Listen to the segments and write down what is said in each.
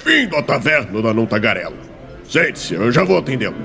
Bem-vindo à taverna da Não Tagarela. Sente-se, eu já vou atendê-lo.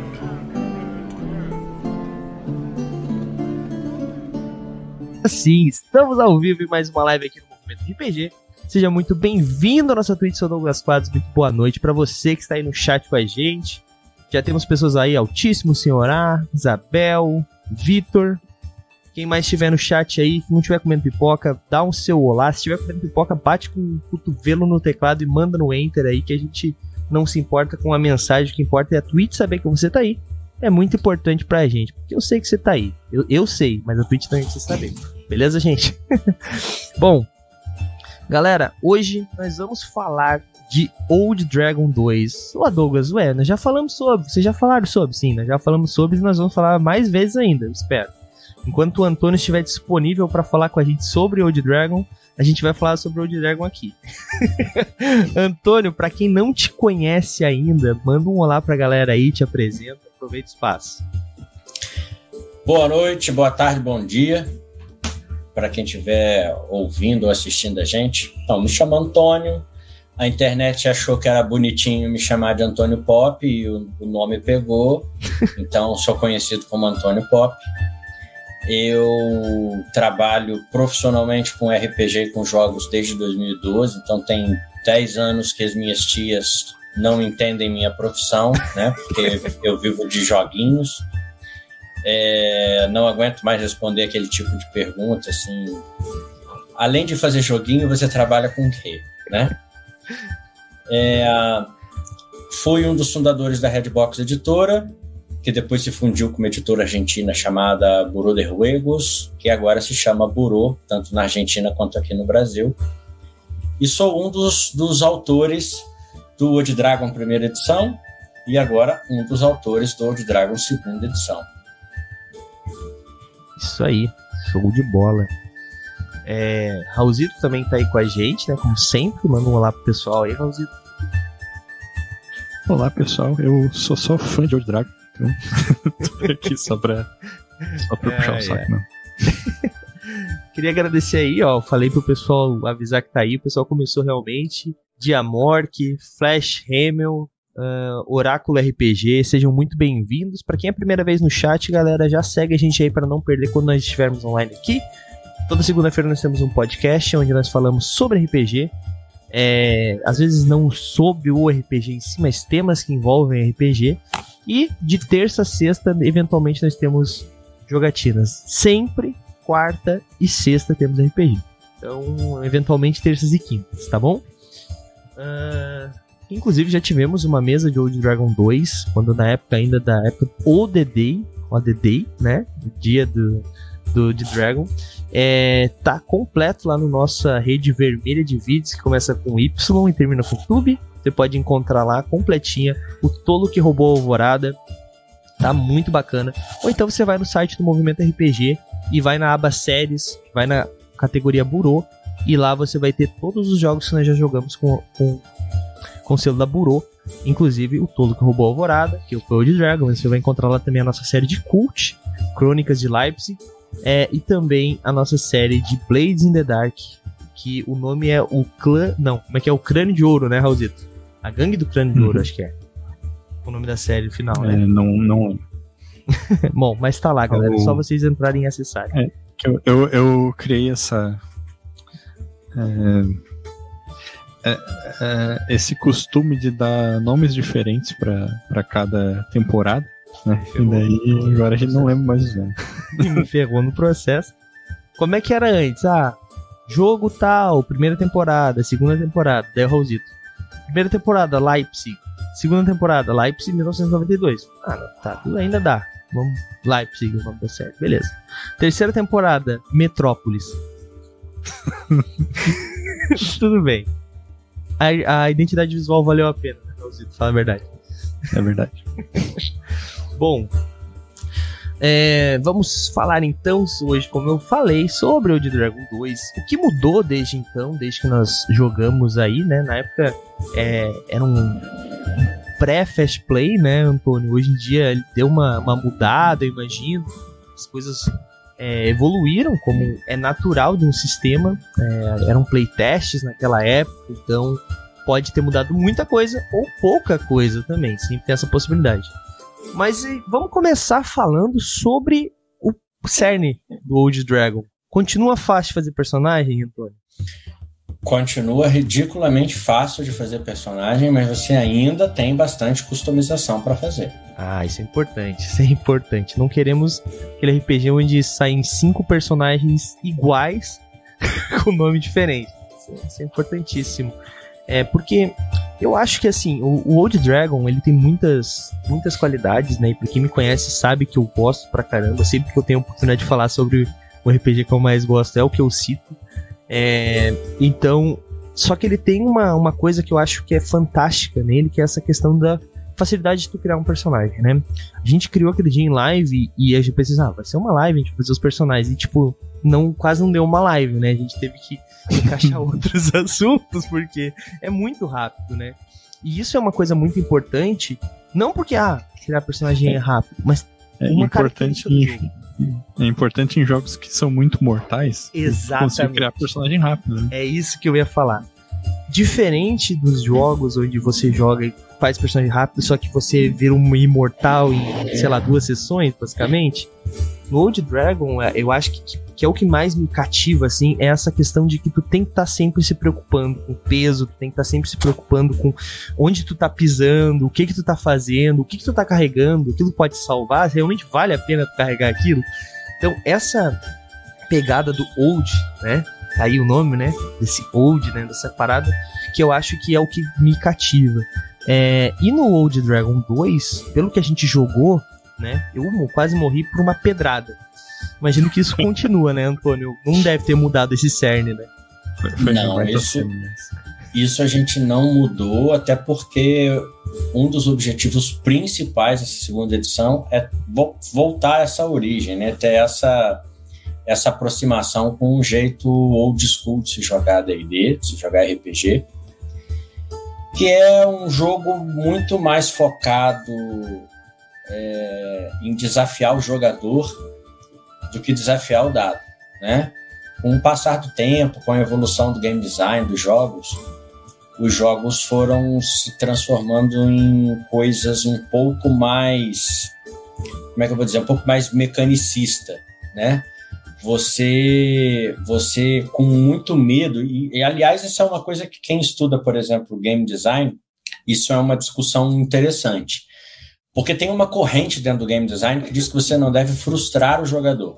Sim, estamos ao vivo em mais uma live aqui no Movimento RPG. Seja muito bem-vindo à nossa Twitch, sou Douglas Quadros. Muito boa noite para você que está aí no chat com a gente. Já temos pessoas aí, Altíssimo Senhorá, Isabel, Vitor. Quem mais estiver no chat aí, que não estiver comendo pipoca, dá um seu olá. Se estiver comendo pipoca, bate com o cotovelo no teclado e manda no Enter aí, que a gente não se importa com a mensagem. O que importa é a Twitch saber que você tá aí. É muito importante pra gente, porque eu sei que você tá aí. Eu sei, mas a Twitch também precisa saber. Beleza, gente? Bom, galera, hoje nós vamos falar de Old Dragon 2. Ô, Douglas, nós já falamos sobre. Vocês já falaram sobre? Sim, nós já falamos sobre e nós vamos falar mais vezes ainda, eu espero. Enquanto o Antônio estiver disponível para falar com a gente sobre Old Dragon, a gente vai falar sobre Old Dragon aqui. Antônio, para quem não te conhece ainda, manda um olá pra galera aí, te apresenta, aproveita o espaço. Boa noite, boa tarde, bom dia, para quem estiver ouvindo ou assistindo a gente. Então, me chamo Antônio, a internet achou que era bonitinho me chamar de Antônio Pop e o nome pegou, então sou conhecido como Antônio Pop. Eu trabalho profissionalmente com RPG e com jogos desde 2012, então tem 10 anos que as minhas tias não entendem minha profissão, né? Porque eu vivo de joguinhos. Não aguento mais responder aquele tipo de pergunta, assim. Além de fazer joguinho, você trabalha com o quê, né? Fui um dos fundadores da Redbox Editora, que depois se fundiu com uma editora argentina chamada Buró de Juegos, que agora se chama Buró, tanto na Argentina quanto aqui no Brasil. E sou um dos autores do Old Dragon primeira edição e agora um dos autores do Old Dragon segunda edição. Isso aí, show de bola. Raulzito também tá aí com a gente, né? Como sempre, manda um olá pro pessoal aí, Raulzito. Olá, pessoal, eu sou só fã de Old Dragon. Tô aqui só pra puxar o saco, não. Queria agradecer aí, ó. Falei pro pessoal avisar que tá aí. O pessoal começou realmente. Diamork, Flash Hamel, Oráculo RPG. Sejam muito bem-vindos. Pra quem é a primeira vez no chat, galera, já segue a gente aí pra não perder quando nós estivermos online aqui. Toda segunda-feira nós temos um podcast onde nós falamos sobre RPG. Às vezes não sobre o RPG em si, mas temas que envolvem RPG. E de terça a sexta, eventualmente, nós temos jogatinas. Sempre quarta e sexta temos RPG. Então, eventualmente, terças e quintas, tá bom? Inclusive, já tivemos uma mesa de Old Dragon 2, quando na época ainda da época OD Day, né? O dia do Dragon. Tá completo lá na nossa rede vermelha de vídeos, que começa com Y e termina com Tube. Você pode encontrar lá completinha o Tolo que Roubou a Alvorada. Tá muito bacana. Ou então você vai no site do Movimento RPG e vai na aba séries, vai na categoria Buró, e lá você vai ter todos os jogos que nós já jogamos com o selo da Buró, inclusive o Tolo que Roubou a Alvorada, que foi o Old Dragon. Você vai encontrar lá também a nossa série de Cult, Crônicas de Leipzig, e também a nossa série de Blades in the Dark, que o nome é o clã... Não, como é que é? O Crânio de Ouro, né, Raulzito? A Gangue do Crânio de Ouro, acho que é o nome da série no final, né? Não. Bom, mas tá lá, galera. É só vocês entrarem e acessarem. Eu criei esse costume de dar nomes diferentes pra cada temporada, né? E daí agora a gente não lembra mais os nomes. Me ferrou no processo. Como é que era antes? Jogo tal, primeira temporada, segunda temporada, daí o Raulzito. Primeira temporada, Leipzig. Segunda temporada, Leipzig, 1992. Tá, tudo ainda dá. Vamos, Leipzig, o nome da série, beleza. Terceira temporada, Metrópolis. Tudo bem. A identidade visual valeu a pena, né, Raulzito? Fala a verdade. É verdade. Bom, vamos falar então hoje, como eu falei, sobre Old Dragon 2. O que mudou desde então, desde que nós jogamos aí, né? Na época era um pré-fast play, né, Antônio? Hoje em dia ele deu uma mudada, eu imagino. As coisas evoluíram, como é natural de um sistema. Eram playtests naquela época, então pode ter mudado muita coisa ou pouca coisa também, sempre tem essa possibilidade. Mas vamos começar falando sobre o cerne do Old Dragon. Continua fácil de fazer personagem, Antônio? Continua ridiculamente fácil de fazer personagem, mas você ainda tem bastante customização para fazer. Isso é importante, isso é importante. Não queremos aquele RPG onde saem 5 personagens iguais com nome diferente. Isso é importantíssimo. Porque eu acho que assim, o Old Dragon ele tem muitas qualidades, né? E pra quem me conhece sabe que eu gosto pra caramba. Sempre que eu tenho a oportunidade de falar sobre o RPG que eu mais gosto é o que eu cito. Então, só que ele tem uma coisa que eu acho que é fantástica nele, que é essa questão da facilidade de tu criar um personagem, né? A gente criou aquele dia em live e a gente pensou, vai ser uma live, a gente vai fazer os personagens. E tipo, quase não deu uma live, né? A gente teve que encaixar outros assuntos, porque é muito rápido, né? E isso é uma coisa muito importante, não porque, criar personagem é rápido, mas uma característica do jogo. É importante em jogos que são muito mortais. Exatamente. Conseguir criar personagem rápido, né? É isso que eu ia falar. Diferente dos jogos onde você joga e faz personagem rápido, só que você vira um imortal em, 2 sessões, basicamente. No Old Dragon, eu acho que é o que mais me cativa, assim, é essa questão de que tu tem que estar sempre se preocupando com o peso, tu tem que estar sempre se preocupando com onde tu tá pisando, o que tu tá fazendo, o que tu tá carregando, aquilo pode salvar, realmente vale a pena tu carregar aquilo. Então, essa pegada do Old, né, tá aí o nome, né, desse Old, né, dessa parada, que eu acho que é o que me cativa. E no Old Dragon 2, pelo que a gente jogou, né, eu quase morri por uma pedrada. Imagino que isso continua, né, Antônio? Não deve ter mudado esse cerne, né? Não, isso a gente não mudou, até porque um dos objetivos principais dessa segunda edição é voltar a essa origem, né? Ter essa aproximação com um jeito old school de se jogar D&D, de se jogar RPG, que é um jogo muito mais focado em desafiar o jogador do que desafiar o dado, né? Com o passar do tempo, com a evolução do game design dos jogos, os jogos foram se transformando em coisas um pouco mais, como é que eu vou dizer, um pouco mais mecanicista, né? Você com muito medo, e aliás, isso é uma coisa que quem estuda, por exemplo, game design, isso é uma discussão interessante. Porque tem uma corrente dentro do game design que diz que você não deve frustrar o jogador.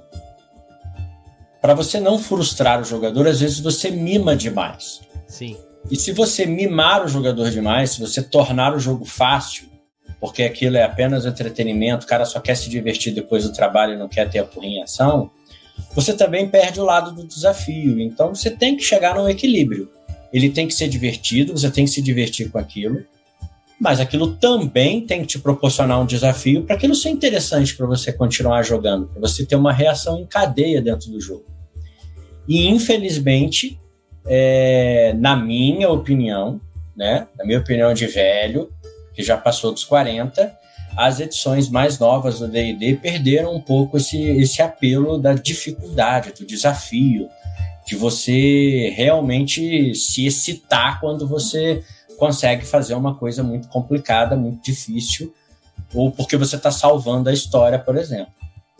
Para você não frustrar o jogador, às vezes você mima demais. Sim. E se você mimar o jogador demais, se você tornar o jogo fácil, porque aquilo é apenas entretenimento, o cara só quer se divertir depois do trabalho e não quer ter a porra em ação, você também perde o lado do desafio. Então você tem que chegar num equilíbrio. Ele tem que ser divertido, você tem que se divertir com aquilo, mas aquilo também tem que te proporcionar um desafio para aquilo ser interessante para você continuar jogando, para você ter uma reação em cadeia dentro do jogo. E, infelizmente, na minha opinião, né, na minha opinião de velho, que já passou dos 40, as edições mais novas do D&D perderam um pouco esse apelo da dificuldade, do desafio, de você realmente se excitar quando você consegue fazer uma coisa muito complicada, muito difícil, ou porque você está salvando a história, por exemplo.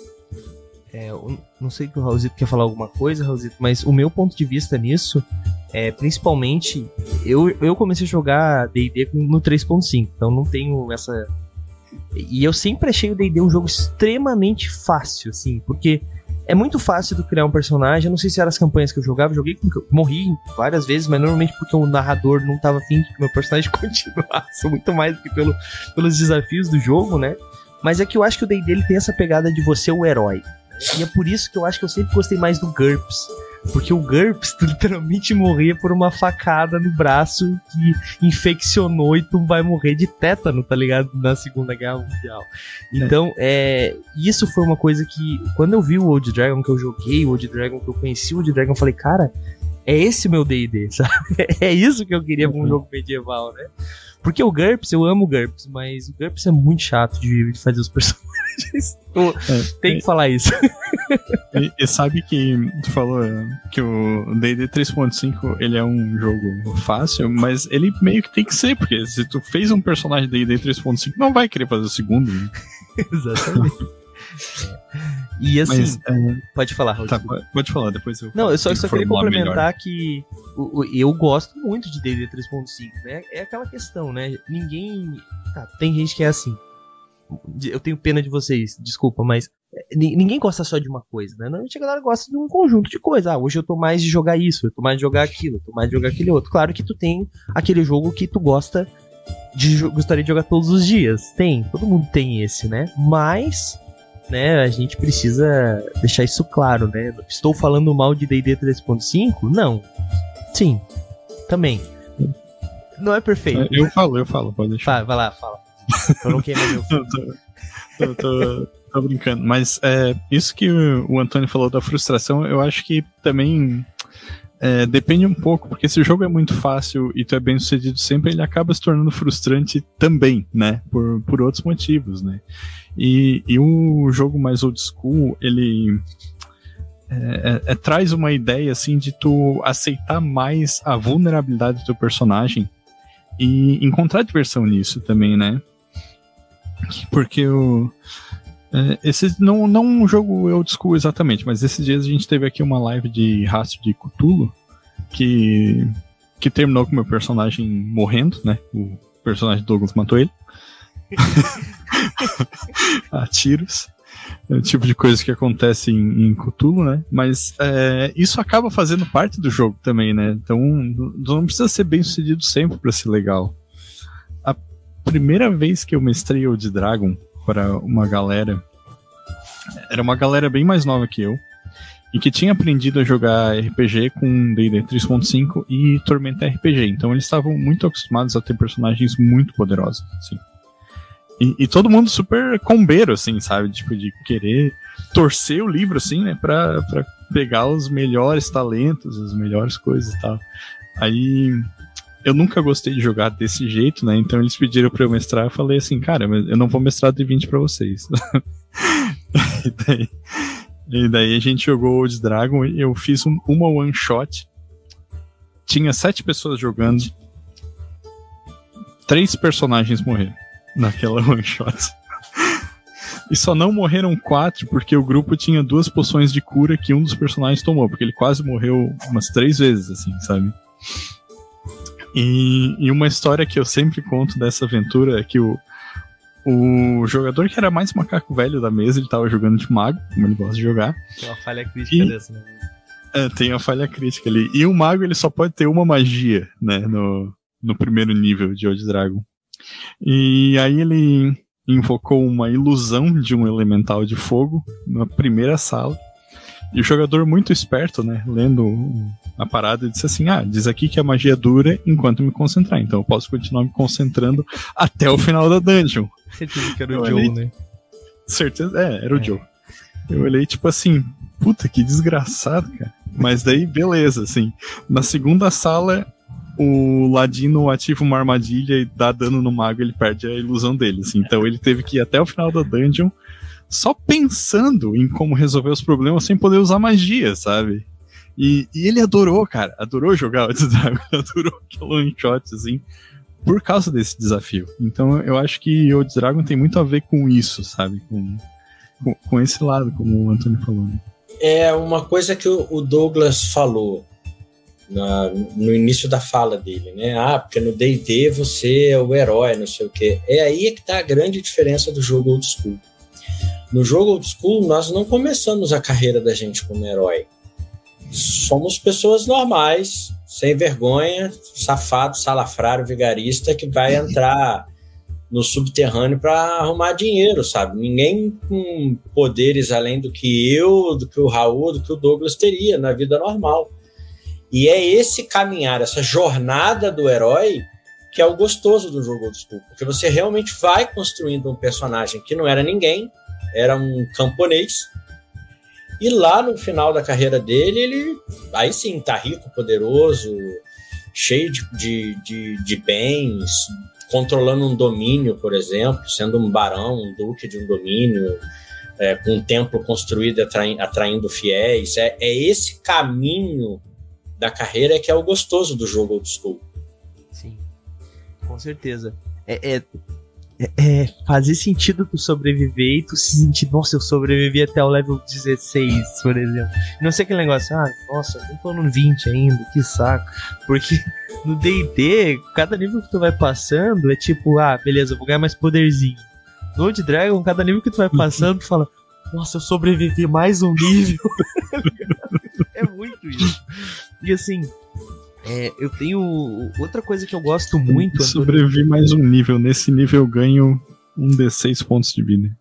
Eu não sei que o Raulzito quer falar alguma coisa, Raulzito, mas o meu ponto de vista nisso principalmente, eu comecei a jogar D&D no 3.5, então não tenho essa... E eu sempre achei o D&D um jogo extremamente fácil, assim, porque é muito fácil de criar um personagem. Eu não sei se eram as campanhas que eu jogava, morri várias vezes, mas normalmente porque o narrador não tava afim de que o meu personagem continuasse, muito mais do que pelos desafios do jogo, né? Mas é que eu acho que o D&D ele tem essa pegada de você o herói. E é por isso que eu acho que eu sempre gostei mais do GURPS. Porque o GURPS, tu literalmente morria por uma facada no braço que infeccionou e tu vai morrer de tétano, tá ligado? Na Segunda Guerra Mundial. Então, isso foi uma coisa que, quando eu vi o Old Dragon, que eu joguei o Old Dragon, que eu conheci o Old Dragon, eu falei, cara, é esse meu D&D, sabe? É isso que eu queria pra um jogo medieval, né? Porque o GURPS, eu amo o GURPS, mas o GURPS é muito chato de fazer os personagens. Tem que falar isso. E sabe que tu falou que o D&D 3.5 ele é um jogo fácil, mas ele meio que tem que ser, porque se tu fez um personagem D&D 3.5, não vai querer fazer o segundo, né? Exatamente. E assim, pode falar, Raul. Tá, pode falar, depois eu Não, eu só queria complementar melhor. Que eu gosto muito de D&D 3.5, né? É aquela questão, né? Ninguém... Tá, tem gente que é assim. Eu tenho pena de vocês, desculpa, mas ninguém gosta só de uma coisa, né? Normalmente a galera gosta de um conjunto de coisas. Ah, hoje eu tô mais de jogar isso, eu tô mais de jogar aquilo, eu tô mais de jogar aquele outro. Claro que tu tem aquele jogo que tu gostaria de jogar todos os dias. Tem, todo mundo tem esse, né? Mas... né, a gente precisa deixar isso claro, né? Estou falando mal de D&D 3.5? Não. Sim. Também. Não é perfeito. Eu falo, pode deixar. Vai lá, fala. Eu não queimei meu filho. Tô brincando. Mas isso que o Antônio falou da frustração, eu acho que também depende um pouco, porque se o jogo é muito fácil e tu é bem sucedido sempre, ele acaba se tornando frustrante também, né? Por outros motivos, né? E o jogo mais old school, ele traz uma ideia assim de tu aceitar mais a vulnerabilidade do teu personagem e encontrar diversão nisso também, né? Porque esse não um jogo old school exatamente, mas esses dias a gente teve aqui uma live de Rastro de Cthulhu que terminou com o meu personagem morrendo, né? O personagem Douglas matou ele. A tiros. É o tipo de coisa que acontece em Cthulhu, né? Mas isso acaba fazendo parte do jogo também, né? Então não precisa ser bem sucedido sempre pra ser legal. A primeira vez que eu mestrei Old Dragon para uma galera, era uma galera bem mais nova que eu e que tinha aprendido a jogar RPG com D&D 3.5 e Tormenta RPG. Então eles estavam muito acostumados a ter personagens muito poderosos, assim. E todo mundo super combeiro, assim, sabe? Tipo, de querer torcer o livro, assim, né? Pra pegar os melhores talentos, as melhores coisas e tal. Aí, eu nunca gostei de jogar desse jeito, né? Então eles pediram pra eu mestrar. Eu falei assim, cara, eu não vou mestrar D20 pra vocês. E daí a gente jogou Old Dragon e eu fiz uma one shot. Tinha 7 pessoas jogando. 3 personagens morreram naquela one shot. E só não morreram 4 porque o grupo tinha 2 poções de cura que um dos personagens tomou, porque ele quase morreu umas 3 vezes, assim, sabe? E uma história que eu sempre conto dessa aventura é que o jogador que era mais macaco velho da mesa, ele tava jogando de mago, como ele gosta de jogar. Tem uma falha crítica dessa, né? Tem uma falha crítica ali. E o mago, ele só pode ter uma magia, né, no primeiro nível de Old Dragon. E aí ele invocou uma ilusão de um elemental de fogo na primeira sala. E o jogador muito esperto, né, lendo a parada, disse assim, diz aqui que a magia dura enquanto me concentrar, então eu posso continuar me concentrando até o final da dungeon. Certeza que era o Joe, né? Certeza, era o Joe. Eu olhei tipo assim, puta que desgraçado, cara. Mas daí, beleza, assim. Na segunda sala, o ladino ativa uma armadilha e dá dano no mago, ele perde a ilusão dele, assim. Então ele teve que ir até o final da dungeon só pensando em como resolver os problemas sem poder usar magia, sabe? E ele adorou, cara. Adorou jogar o Dragon, adorou aquele one shot, assim, por causa desse desafio. Então eu acho que o Dragon tem muito a ver com isso, sabe? Com esse lado, como o Antônio falou, né? É uma coisa que o Douglas falou no início da fala dele, né? Porque no D&D você é o herói, não sei o quê. É aí que tá a grande diferença do jogo old school. No jogo old school, nós não começamos a carreira da gente como herói. Somos pessoas normais, sem vergonha, safado, salafrário, vigarista, que vai entrar no subterrâneo para arrumar dinheiro, sabe? Ninguém com poderes além do que eu, do que o Raul, do que o Douglas teria na vida normal. E é esse caminhar, essa jornada do herói, que é o gostoso do jogo old school, porque você realmente vai construindo um personagem que não era ninguém, era um camponês, e lá no final da carreira dele, ele aí sim tá rico, poderoso, cheio de bens, controlando um domínio, por exemplo, sendo um barão, um duque de um domínio, com um templo construído atraindo fiéis. É esse caminho da carreira que é o gostoso do jogo old school. Sim, com certeza. Fazer sentido tu sobreviver e tu se sentir, nossa, eu sobrevivi até o level 16, por exemplo. Não sei aquele negócio, nossa, eu não tô no 20 ainda, que saco. Porque no D&D, cada nível que tu vai passando é tipo, beleza, eu vou ganhar mais poderzinho. No Old Dragon, cada nível que tu vai passando, tu fala, nossa, eu sobrevivi mais um nível. É muito isso. E assim, eu tenho outra coisa que eu gosto muito. Sobrevivi mais um nível. Nesse nível eu ganho um D6 pontos de vida.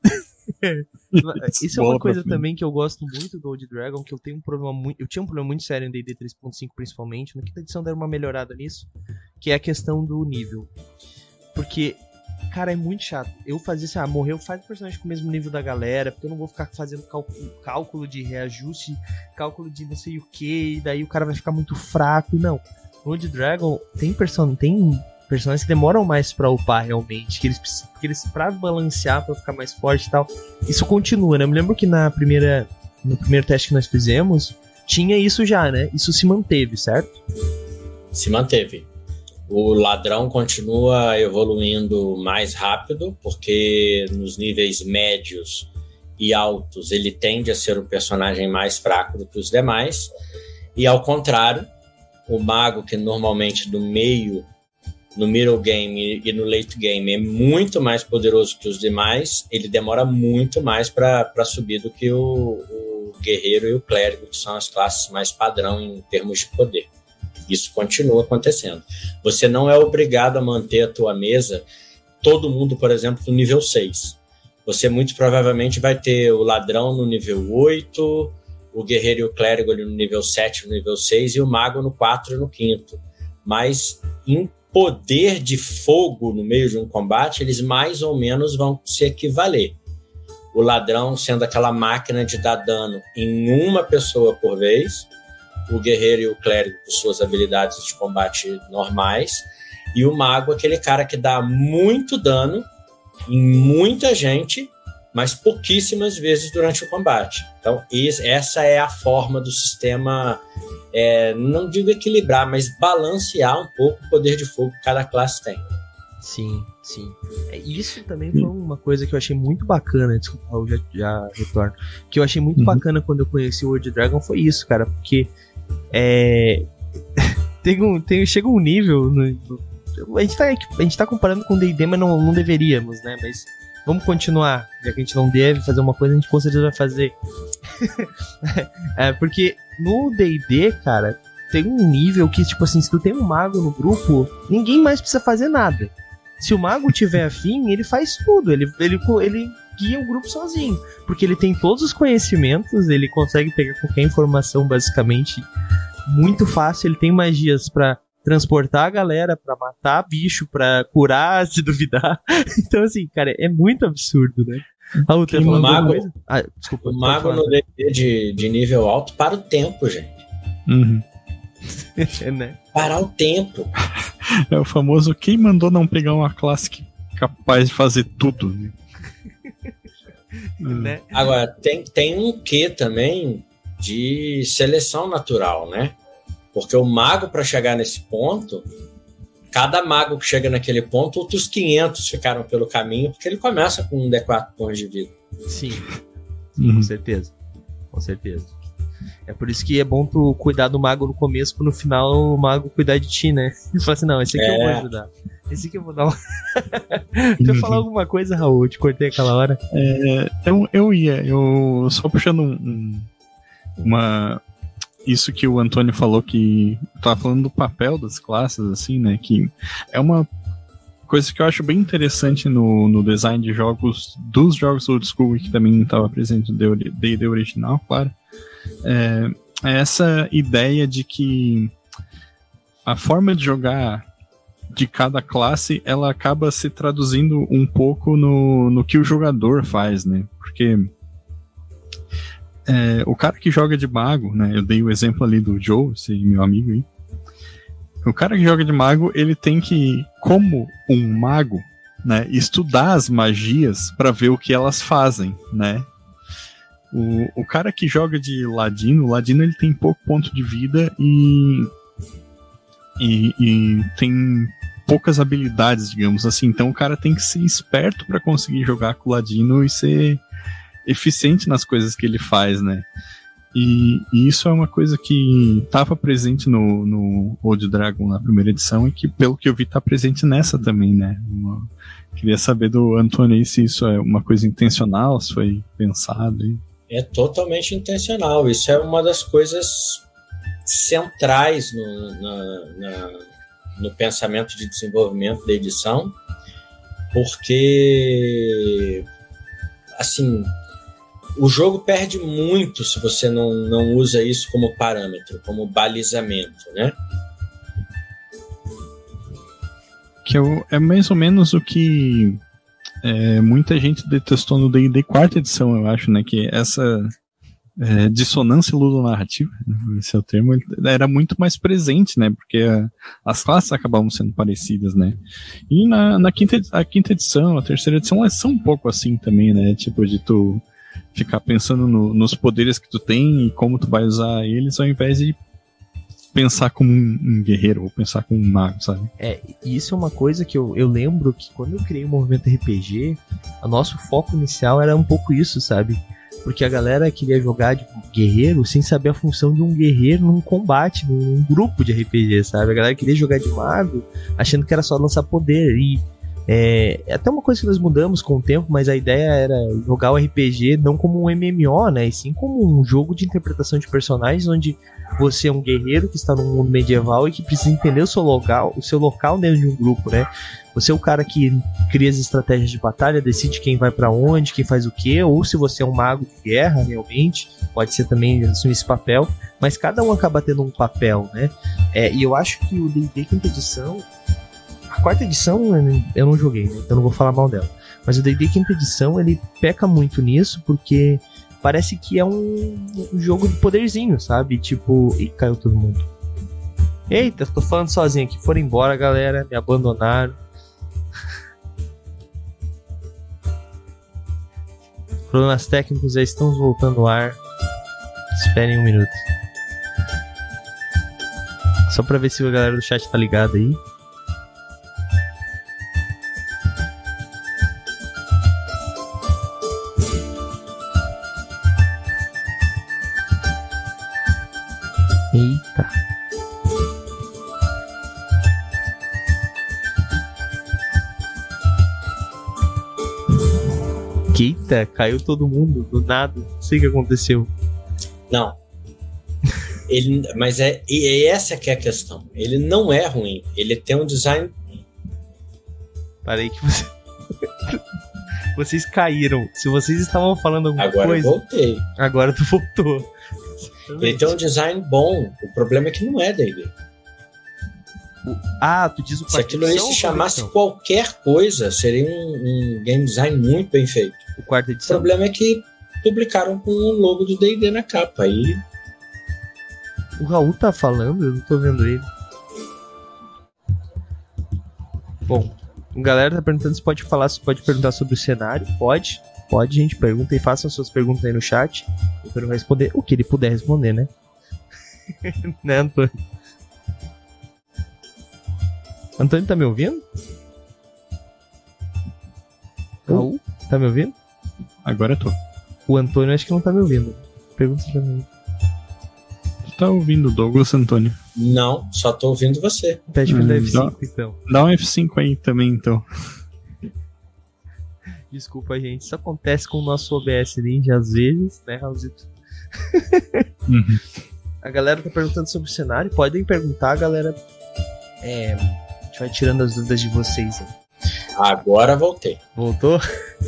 Isso é uma coisa também que eu gosto muito do Old Dragon, que eu tenho um problema muito. Eu tinha um problema muito sério em D&D 3.5 principalmente. Na quinta edição deram uma melhorada nisso, que é a questão do nível. Porque, cara, é muito chato. Eu fazia assim, morreu, faz o personagem com o mesmo nível da galera, porque eu não vou ficar fazendo cálculo de reajuste, cálculo de não sei o que, e daí o cara vai ficar muito fraco. Não. No Old Dragon tem personagens que demoram mais pra upar realmente, que eles pra balancear, pra ficar mais forte e tal. Isso continua, né? Eu me lembro que no primeiro teste que nós fizemos, tinha isso já, né? Isso se manteve, certo? Se manteve. O ladrão continua evoluindo mais rápido, porque nos níveis médios e altos ele tende a ser um personagem mais fraco do que os demais. E ao contrário, o mago, que normalmente no middle game e no late game é muito mais poderoso que os demais, ele demora muito mais para subir do que o guerreiro e o clérigo, que são as classes mais padrão em termos de poder. Isso continua acontecendo. Você não é obrigado a manter a tua mesa, todo mundo, por exemplo, no nível 6. Você muito provavelmente vai ter o ladrão no nível 8, o guerreiro e o clérigo ali no nível 7, no nível 6, e o mago no 4 e no 5. Mas em poder de fogo no meio de um combate, eles mais ou menos vão se equivaler. O ladrão sendo aquela máquina de dar dano em uma pessoa por vez, o guerreiro e o clérigo com suas habilidades de combate normais, e o mago, aquele cara que dá muito dano em muita gente, mas pouquíssimas vezes durante o combate. Então, essa é a forma do sistema, não digo equilibrar, mas balancear um pouco o poder de fogo que cada classe tem. Sim, sim. Isso também foi uma coisa que eu achei muito bacana. Desculpa, eu já retorno. Que eu achei muito bacana quando eu conheci o World Dragon, foi isso, cara, porque chega um nível a gente tá comparando com o D&D, mas não deveríamos, né? Mas vamos continuar, já que a gente não deve fazer uma coisa, a gente com certeza vai fazer. Porque no D&D, cara, tem um nível que, tipo assim, se tu tem um mago no grupo, ninguém mais precisa fazer nada. Se o mago tiver afim, ele faz tudo, ele guia o grupo sozinho, porque ele tem todos os conhecimentos, ele consegue pegar qualquer informação basicamente muito fácil, ele tem magias pra transportar a galera, pra matar bicho, pra curar se duvidar. Então assim, cara, é muito absurdo, né? Desculpa, o mago no D&D de nível alto para o tempo, gente. Né? Parar o tempo. É o famoso quem mandou não pegar uma classe capaz de fazer tudo, né? Agora, tem um quê também de seleção natural, né? Porque o mago, para chegar nesse ponto, cada mago que chega naquele ponto, outros 500 ficaram pelo caminho, porque ele começa com um D4 pontos de vida. Sim, com certeza. Com certeza. É por isso que é bom tu cuidar do mago no começo, pra no final o mago cuidar de ti, né? E falar assim, não, esse aqui eu vou ajudar. Esse aqui eu vou dar uma... Tu ia falar alguma coisa, Raul? Eu te cortei aquela hora. Eu só puxando isso que o Antônio falou, que tava falando do papel das classes, assim, né? Que é uma coisa que eu acho bem interessante no design de jogos, dos jogos old school, e que também estava presente no D&D original, claro. É essa ideia de que a forma de jogar de cada classe, ela acaba se traduzindo um pouco no que o jogador faz, né? Porque o cara que joga de mago, né? Eu dei o exemplo ali do Joe, esse meu amigo aí. O cara que joga de mago, ele tem que, como um mago, né, estudar as magias para ver o que elas fazem, né? O cara que joga de ladino, o ladino ele tem pouco ponto de vida e tem poucas habilidades, digamos assim. Então o cara tem que ser esperto para conseguir jogar com o ladino e ser eficiente nas coisas que ele faz, né? E isso é uma coisa que estava presente no Old Dragon na primeira edição e que, pelo que eu vi, está presente nessa também, né? Queria saber do Antônio se isso é uma coisa intencional, se foi pensado. É totalmente intencional. Isso é uma das coisas centrais no pensamento de desenvolvimento da edição, porque, assim, o jogo perde muito se você não usa isso como parâmetro, como balizamento, né? Que é mais ou menos o que muita gente detestou no D&D 4ª edição, eu acho, né? Que essa dissonância ludonarrativa, esse é o termo, era muito mais presente, né? Porque as classes acabavam sendo parecidas, né? E a quinta edição, a terceira edição, elas são um pouco assim também, né? Tipo, de tu ficar pensando nos poderes que tu tem e como tu vai usar eles, ao invés de pensar como um guerreiro ou pensar como um mago, sabe? Isso é uma coisa que eu lembro que quando eu criei o movimento RPG, o nosso foco inicial era um pouco isso, sabe? Porque a galera queria jogar de guerreiro sem saber a função de um guerreiro num combate, num grupo de RPG, sabe? A galera queria jogar de mago achando que era só lançar poder. E é até uma coisa que nós mudamos com o tempo, mas a ideia era jogar o RPG não como um MMO, né? E sim como um jogo de interpretação de personagens onde você é um guerreiro que está num mundo medieval e que precisa entender o seu local dentro de um grupo, né? Você é o cara que cria as estratégias de batalha, decide quem vai pra onde, quem faz o quê, ou se você é um mago de guerra, realmente, pode ser também assumir esse papel, mas cada um acaba tendo um papel, né? E eu acho que o D&D 5ª edição, a 4ª edição eu não joguei, né? Então não vou falar mal dela, mas o D&D 5ª edição, ele peca muito nisso, porque parece que é um jogo de poderzinho, sabe? Tipo, ih, caiu todo mundo. Eita, tô falando sozinho aqui, foram embora, galera, me abandonaram. Problemas técnicos já estão voltando ao ar. Esperem um minuto. Só pra ver se a galera do chat tá ligada aí. Eita. Eita, caiu todo mundo do nada. Não sei o que aconteceu. Não. Mas essa que é a questão. Ele não é ruim. Ele tem um design. Parei que vocês caíram. Se vocês estavam falando alguma coisa. Agora eu voltei. Agora tu voltou. Ele tem um design bom. O problema é que não é dele. Tu diz o Se aquilo aí se chamasse qualquer coisa, seria um game design muito bem feito. O 4ª edição. O problema é que publicaram com o logo do D&D na capa. Aí o Raul tá falando, eu não tô vendo ele. Bom, a galera tá perguntando se pode perguntar sobre o cenário. Pode, gente, pergunta e façam suas perguntas aí no chat. Eu quero responder o que ele puder responder, né? Né, Antônio? Antônio, tá me ouvindo? Raul, tá me ouvindo? Agora eu tô. O Antônio acho que não tá me ouvindo. Pergunta pra mim. Tu tá ouvindo o Douglas, Antônio? Não, só tô ouvindo você. Pede pra ele F5, então. Dá um F5 aí também, então. Desculpa, gente. Isso acontece com o nosso OBS Ninja às vezes, né, Raulzito? A galera tá perguntando sobre o cenário. Podem perguntar, galera. A gente vai tirando as dúvidas de vocês. Agora voltei. Voltou?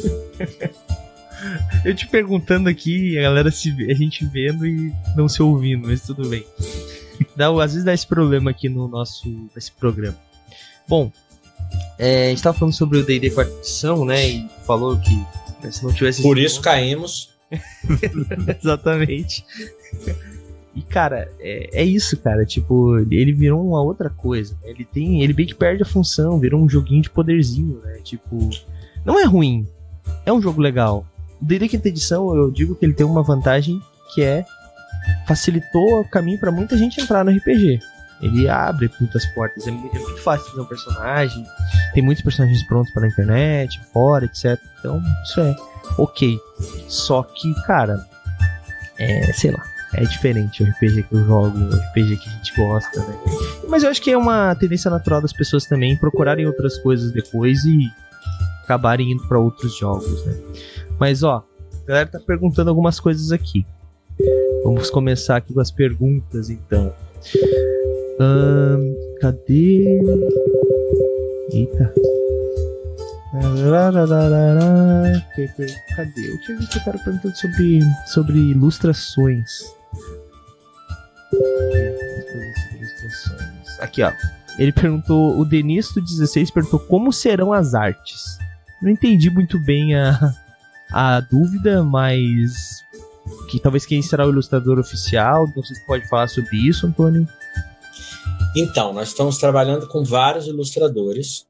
Eu te perguntando aqui, a galera a gente vendo e não se ouvindo, mas tudo bem. Às vezes dá esse problema aqui no nesse programa. Bom, a gente tava falando sobre o D&D 4ª edição, né? E falou que se não tivesse... Por isso caímos. Exatamente. E, cara, é isso, cara. Tipo, ele virou uma outra coisa. Ele bem que perde a função, virou um joguinho de poderzinho, né? Tipo, não é ruim. É um jogo legal. O D&D Quinta Edição, eu digo que ele tem uma vantagem que facilitou o caminho pra muita gente entrar no RPG. Ele abre muitas portas. É muito fácil fazer um personagem. Tem muitos personagens prontos pela internet, fora, etc. Então, isso é ok. Só que, cara, sei lá. É diferente o RPG que eu jogo, o RPG que a gente gosta, né? Mas eu acho que é uma tendência natural das pessoas também procurarem outras coisas depois e acabarem indo pra outros jogos, né? Mas, ó, a galera tá perguntando algumas coisas aqui. Vamos começar aqui com as perguntas, então. Cadê? Eita. Cadê? Eu tinha visto o cara perguntando sobre ilustrações. Aqui, ó. Ele perguntou, o Denisto16 perguntou como serão as artes. Não entendi muito bem a dúvida, mas que talvez quem será o ilustrador oficial. Não sei se pode falar sobre isso, Antônio. Então, nós estamos trabalhando com vários ilustradores.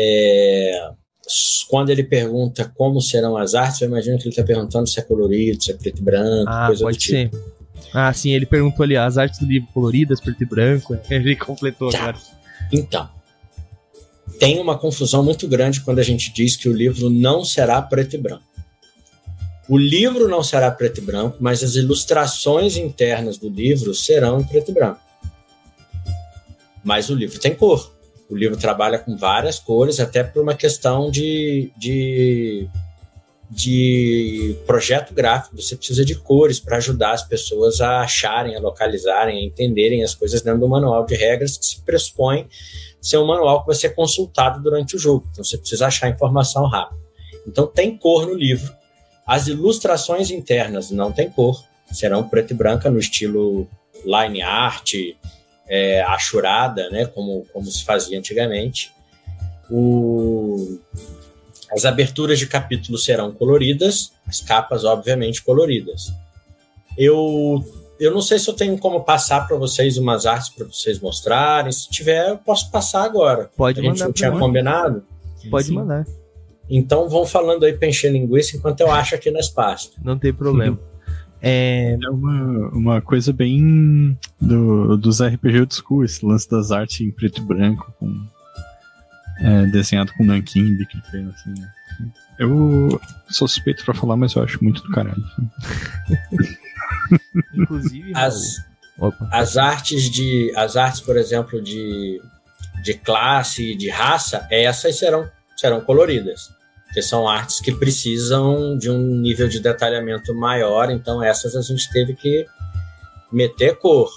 Quando ele pergunta como serão as artes, eu imagino que ele está perguntando se é colorido, se é preto e branco, coisa pode do tipo. ser. Ah, sim, ele perguntou ali, as artes do livro coloridas, preto e branco. Ele completou agora. Então, tem uma confusão muito grande quando a gente diz que o livro não será preto e branco. O livro não será preto e branco, mas as ilustrações internas do livro serão em preto e branco. Mas o livro tem cor. O livro trabalha com várias cores, até por uma questão de projeto gráfico. Você precisa de cores para ajudar as pessoas a acharem, a localizarem, a entenderem as coisas dentro do manual de regras, que se pressupõe ser um manual que vai ser consultado durante o jogo. Então você precisa achar informação rápida. Então tem cor no livro. As ilustrações internas não tem cor, serão preto e branca no estilo line art, achurada, né, como se fazia antigamente. As aberturas de capítulos serão coloridas, as capas, obviamente, coloridas. Eu não sei se eu tenho como passar para vocês umas artes para vocês mostrarem. Se tiver, eu posso passar agora. Pode mandar. A gente não tinha combinado? Pode Sim. mandar. Então vão falando aí para encher linguiça enquanto eu acho aqui nas pastas. Não tem problema. É uma coisa bem dos RPG old school, esse lance das artes em preto e branco, desenhado com nanquim, bico de pena, assim, né? Eu sou suspeito pra falar, mas eu acho muito do caralho. Inclusive, as artes, por exemplo, de classe, de raça, essas serão coloridas. Porque são artes que precisam de um nível de detalhamento maior, então essas a gente teve que meter cor.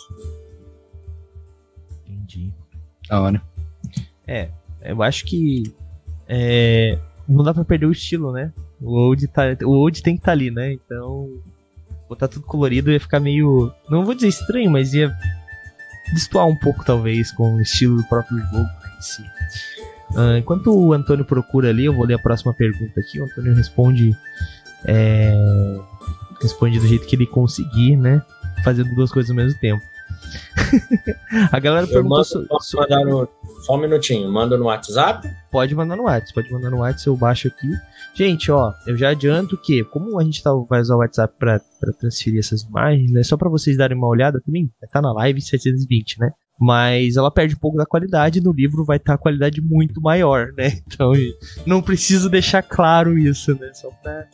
Entendi. Da hora. Eu acho que não dá pra perder o estilo, né? O old tem que estar ali, né? Então, botar tudo colorido ia ficar meio... Não vou dizer estranho, mas ia destoar um pouco, talvez, com o estilo do próprio jogo em si. Enquanto o Antônio procura ali, eu vou ler a próxima pergunta aqui. O Antônio responde do jeito que ele conseguir, né? Fazendo duas coisas ao mesmo tempo. A galera perguntou... Só um minutinho, manda no WhatsApp? Pode mandar no WhatsApp, eu baixo aqui. Gente, ó, eu já adianto que, como a gente vai usar o WhatsApp pra transferir essas imagens, né? Só pra vocês darem uma olhada também, tá na live 720, né? Mas ela perde um pouco da qualidade, no livro vai estar a qualidade muito maior, né? Então não preciso deixar claro isso, né? Só pra...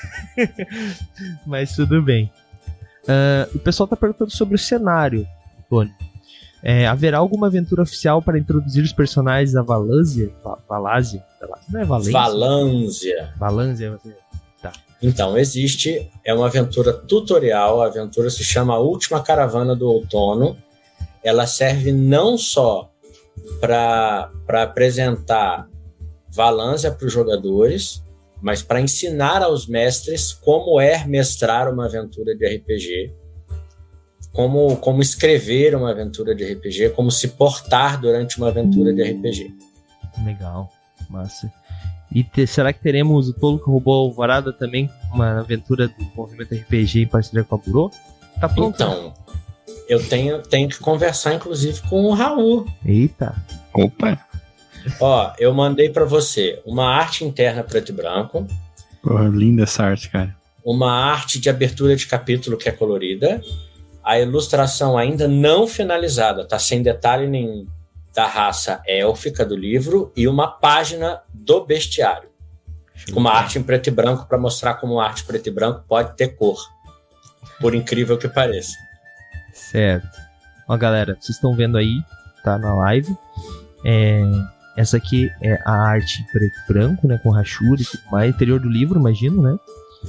Mas tudo bem. O pessoal tá perguntando sobre o cenário, Tony. Haverá alguma aventura oficial para introduzir os personagens da Valásia? Não é Valência? Valência, tá. Então, existe, é uma aventura tutorial, a aventura se chama A Última Caravana do Outono. Ela serve não só para apresentar Valência para os jogadores, mas para ensinar aos mestres como mestrar uma aventura de RPG, como escrever uma aventura de RPG, como se portar durante uma aventura de RPG. Legal, massa. E será que teremos o Tolo que roubou a Alvorada também, uma aventura do movimento RPG em parceria com a Burô? Tá pronto? Então, Eu tenho que conversar, inclusive, com o Raul. Eita. Opa! Ó, eu mandei para você uma arte interna preto e branco. Porra, linda essa arte, cara. Uma arte de abertura de capítulo que é colorida. A ilustração ainda não finalizada, tá sem detalhe nenhum, da raça élfica do livro, e uma página do bestiário. Uma arte em preto e branco para mostrar como a arte preto e branco pode ter cor. Por incrível que pareça. Certo. Ó, galera, vocês estão vendo aí, tá na live. Essa aqui é a arte em preto e branco, né? Com rachura e tudo mais. Interior do livro, imagino, né?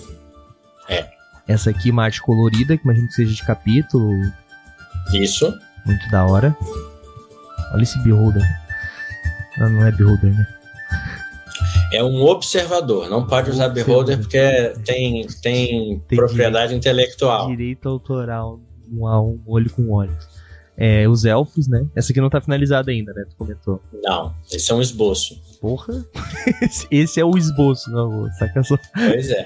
Essa aqui, uma arte colorida, que imagino que seja de capítulo. Isso. Muito da hora. Olha esse beholder. Não é beholder, né? É um observador. Não pode usar beholder porque tem propriedade intelectual. Direito autoral. Um olho com olhos. Os elfos, né? Essa aqui não tá finalizada ainda, né? Tu comentou. Não, esse é um esboço. Porra. Esse é o esboço, não, saca só. Pois é.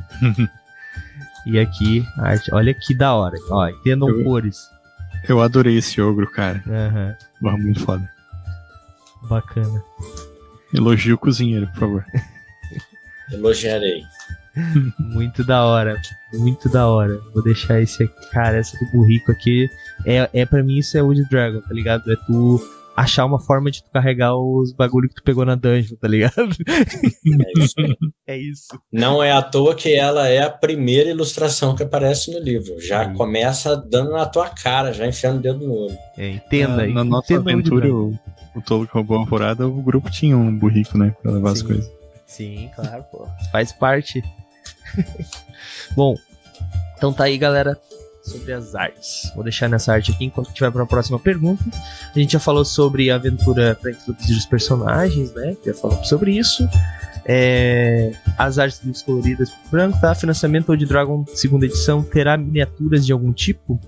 E aqui, a arte. Olha que da hora. Ó, entendam cores. Eu adorei esse ogro, cara. Uhum. Muito foda. Bacana. Elogio o cozinheiro, por favor. Elogiarei. Muito da hora. Muito da hora. Vou deixar esse aqui. Cara, essa do burrico aqui. Pra mim isso é Wood Dragon, tá ligado? É tu achar uma forma de tu carregar os bagulho que tu pegou na dungeon, tá ligado? É isso. É isso. Não é à toa que ela é a primeira ilustração que aparece no livro. Já começa dando na tua cara, já enfiando o dedo no olho. Entenda. Na nossa aventura, o Tolo que roubou a alvorada, o grupo tinha um burrico, né? Pra levar as coisas. Sim, claro, pô. Faz parte. Bom, então tá aí, galera, sobre as artes. Vou deixar nessa arte aqui enquanto a gente vai para a próxima pergunta. A gente já falou sobre a aventura para introduzir os personagens, né? Já falamos sobre isso. As artes livros coloridas por branco, tá? Financiamento Old Dragon segunda edição terá miniaturas de algum tipo?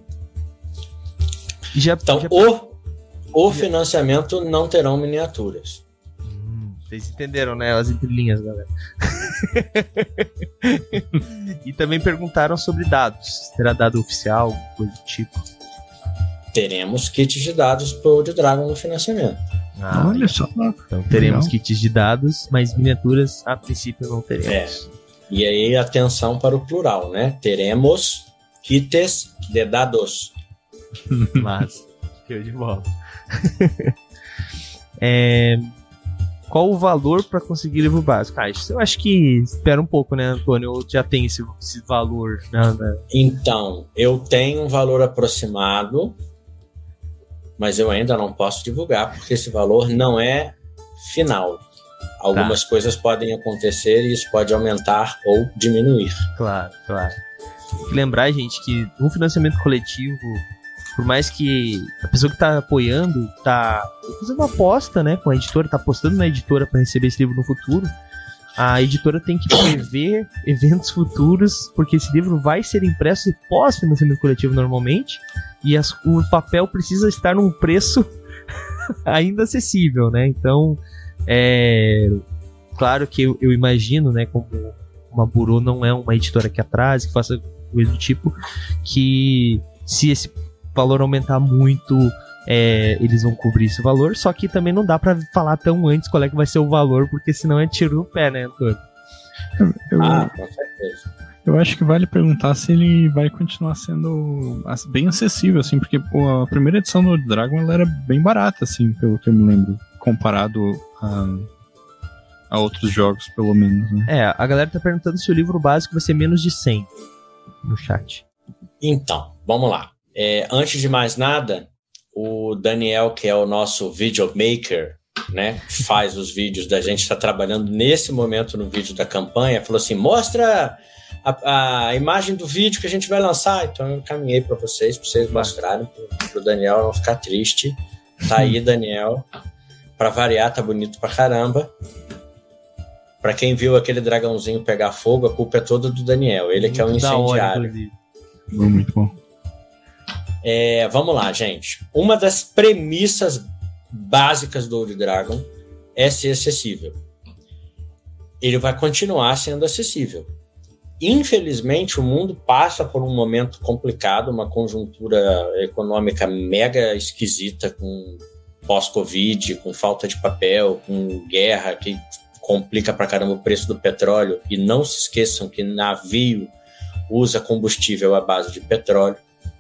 O financiamento não terão miniaturas. Vocês entenderam, né? As entrelinhas, galera. E também perguntaram sobre dados. Terá dado oficial, alguma coisa do tipo? Teremos kits de dados pro Old Dragon no financiamento. Olha só. Então teremos kits de dados, mas miniaturas a princípio não teremos. E aí atenção para o plural, né? Teremos kits de dados. Mas, show de bola. Qual o valor para conseguir livro básico? Isso eu acho que espera um pouco, né, Antônio? Eu já tenho esse valor. Né? Então, eu tenho um valor aproximado, mas eu ainda não posso divulgar, porque esse valor não é final. Algumas coisas podem acontecer e isso pode aumentar ou diminuir. Claro. Tem que lembrar, gente, que no financiamento coletivo, por mais que a pessoa que está apoiando tá fazendo uma aposta, né, com a editora, tá apostando na editora para receber esse livro no futuro, a editora tem que prever eventos futuros, porque esse livro vai ser impresso pós financiamento coletivo normalmente, e o papel precisa estar num preço ainda acessível, né? Então, claro que eu imagino, né, como uma Burô não é uma editora que atrase, que faça coisa do tipo, que se esse valor aumentar muito, eles vão cobrir esse valor, só que também não dá pra falar tão antes qual é que vai ser o valor, porque senão é tiro no pé, né, Antônio? Com certeza. Eu acho que vale perguntar se ele vai continuar sendo bem acessível, assim, porque a primeira edição do Dragon ela era bem barata, assim, pelo que eu me lembro, comparado a outros jogos, pelo menos, né? A galera tá perguntando se o livro básico vai ser menos de 100 no chat. Então, vamos lá. Antes de mais nada, o Daniel, que é o nosso videomaker, né, faz os vídeos da gente, está trabalhando nesse momento no vídeo da campanha, falou assim, mostra a imagem do vídeo que a gente vai lançar. Então eu caminhei para vocês mostrarem, para o Daniel não ficar triste. Tá aí, Daniel. Para variar, tá bonito pra caramba. Para quem viu aquele dragãozinho pegar fogo, a culpa é toda do Daniel. Ele que é um incendiário. Muito bom. Vamos lá, gente. Uma das premissas básicas do Old Dragon é ser acessível. Ele vai continuar sendo acessível. Infelizmente, o mundo passa por um momento complicado, uma conjuntura econômica mega esquisita, com pós-Covid, com falta de papel, com guerra, que complica pra caramba o preço do petróleo. E não se esqueçam que navio usa combustível à base de petróleo.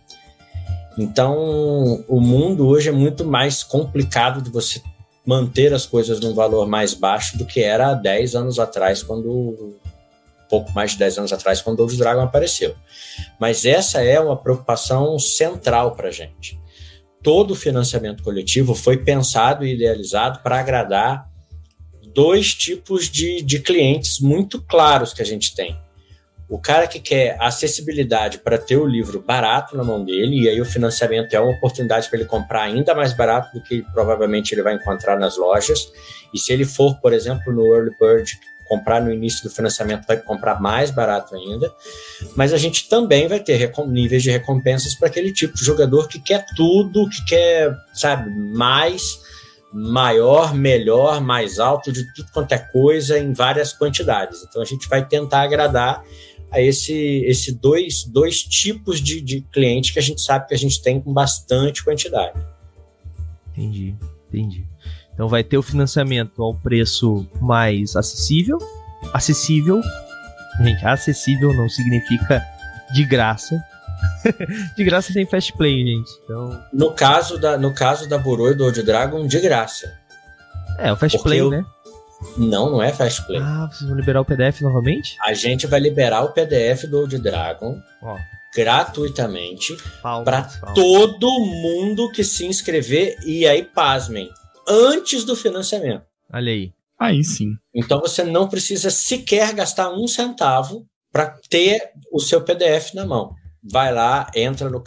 Então, o mundo hoje é muito mais complicado de você manter as coisas num valor mais baixo do que era há 10 anos atrás, pouco mais de 10 anos atrás, quando o Old Dragon apareceu. Mas essa é uma preocupação central para a gente. Todo o financiamento coletivo foi pensado e idealizado para agradar 2 tipos de clientes muito claros que a gente tem. O cara que quer acessibilidade para ter o livro barato na mão dele, e aí o financiamento é uma oportunidade para ele comprar ainda mais barato do que provavelmente ele vai encontrar nas lojas. E se ele for, por exemplo, no Early Bird, comprar no início do financiamento, vai comprar mais barato ainda. Mas a gente também vai ter níveis de recompensas para aquele tipo de jogador que quer tudo, que quer, sabe, mais, maior, melhor, mais alto, de tudo quanto é coisa, em várias quantidades. Então a gente vai tentar agradar a esse dois tipos de cliente que a gente sabe que a gente tem com bastante quantidade. Entendi. Então vai ter o financiamento ao preço mais acessível. Acessível, gente, acessível não significa de graça. De graça tem fast play, gente. Então... No caso da Burô e do Old Dragon, de graça. É, o fast play, né? Não é fast play. Vocês vão liberar o PDF novamente? A gente vai liberar o PDF do Old Dragon gratuitamente para todo mundo que se inscrever, e aí, pasmem, antes do financiamento. Olha aí. Aí sim. Então você não precisa sequer gastar 1 centavo para ter o seu PDF na mão. Vai lá, entra no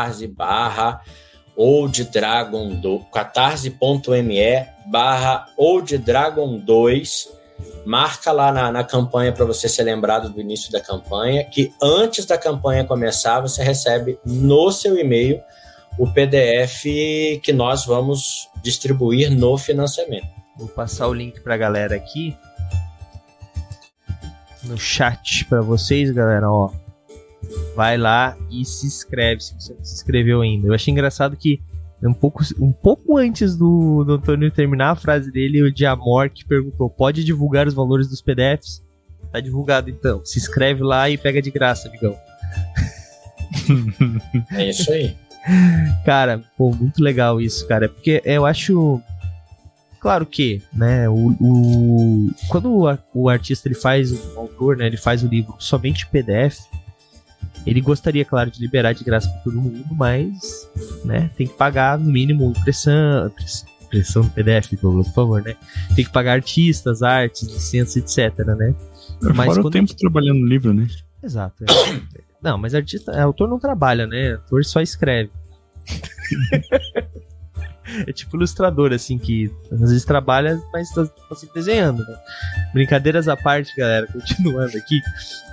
catarse.me/OldDragon2, marca lá na campanha para você ser lembrado do início da campanha, que antes da campanha começar você recebe no seu e-mail o PDF que nós vamos distribuir no financiamento. Vou passar o link pra galera aqui no chat para vocês, galera, ó. Vai lá e se inscreve se você não se inscreveu ainda. Eu achei engraçado que um pouco antes do Antônio terminar a frase dele, o Diamor que perguntou: pode divulgar os valores dos PDFs? Tá divulgado então. Se inscreve lá e pega de graça, amigão. É isso aí. Cara, pô, muito legal isso, cara. Porque eu acho... Claro que, né, quando o artista, ele faz, o autor, né, ele faz o livro somente PDF, ele gostaria, claro, de liberar de graça para todo mundo, mas, né, tem que pagar, no mínimo, impressão do PDF, por favor, né? Tem que pagar artistas, artes, licenças, etc, né? Mas fora o tempo trabalhando no livro, né? Exato. Não, mas autor não trabalha, né? Autor só escreve. É tipo ilustrador, assim, que às vezes trabalha, mas tá sempre desenhando, né? Brincadeiras à parte, galera, continuando aqui.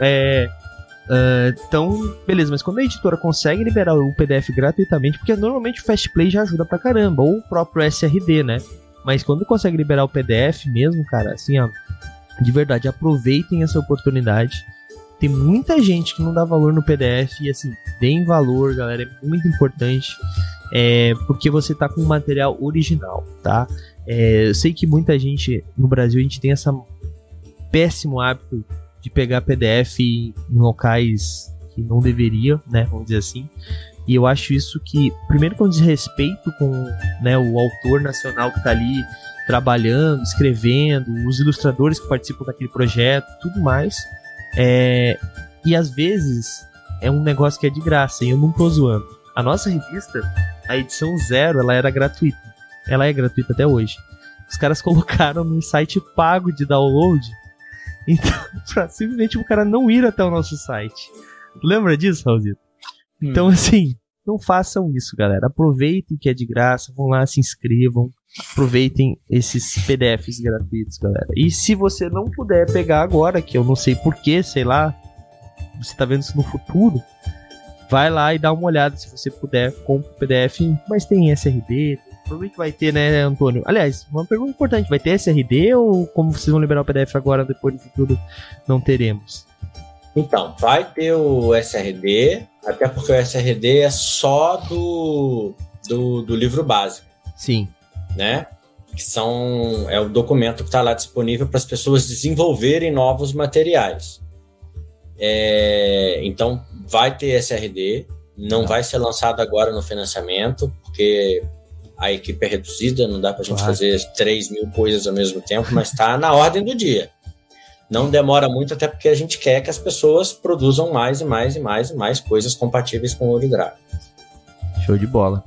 Então, beleza, mas quando a editora consegue liberar o PDF gratuitamente, porque normalmente o Fast Play já ajuda pra caramba, ou o próprio SRD, né? Mas quando consegue liberar o PDF mesmo, cara, assim, ó, de verdade, aproveitem essa oportunidade. Tem muita gente que não dá valor no PDF e, assim, deem valor, galera, é muito importante. Porque você tá com um material original, tá? Eu sei que muita gente no Brasil, a gente tem esse péssimo hábito de pegar PDF em locais que não deveria, né? Vamos dizer assim. E eu acho isso que, primeiro, com desrespeito com, né, o autor nacional que tá ali trabalhando, escrevendo, os ilustradores que participam daquele projeto, tudo mais. E às vezes é um negócio que é de graça e eu não tô zoando. A nossa revista, a edição 0, ela era gratuita. Ela é gratuita até hoje. Os caras colocaram num site pago de download, então, pra simplesmente o cara não ir até o nosso site. Lembra disso, Raulzito? Então, assim, não façam isso, galera. Aproveitem que é de graça, vão lá, se inscrevam. Aproveitem esses PDFs gratuitos, galera. E se você não puder pegar agora, que eu não sei porquê, sei lá, você tá vendo isso no futuro, vai lá e dá uma olhada, se você puder, compra o PDF, mas tem SRD, provavelmente vai ter, né, Antônio? Aliás, uma pergunta importante, vai ter SRD ou como vocês vão liberar o PDF agora, depois do futuro, não teremos? Então, vai ter o SRD, até porque o SRD é só do livro básico. Sim. Né? Que é o documento que está lá disponível para as pessoas desenvolverem novos materiais. Então, vai ter SRD, não vai ser lançado agora no financiamento, porque a equipe é reduzida, não dá para a gente fazer 3.000 coisas ao mesmo tempo, mas está na ordem do dia. Não demora muito, até porque a gente quer que as pessoas produzam mais e mais e mais e mais coisas compatíveis com o Old Dragon. Show de bola.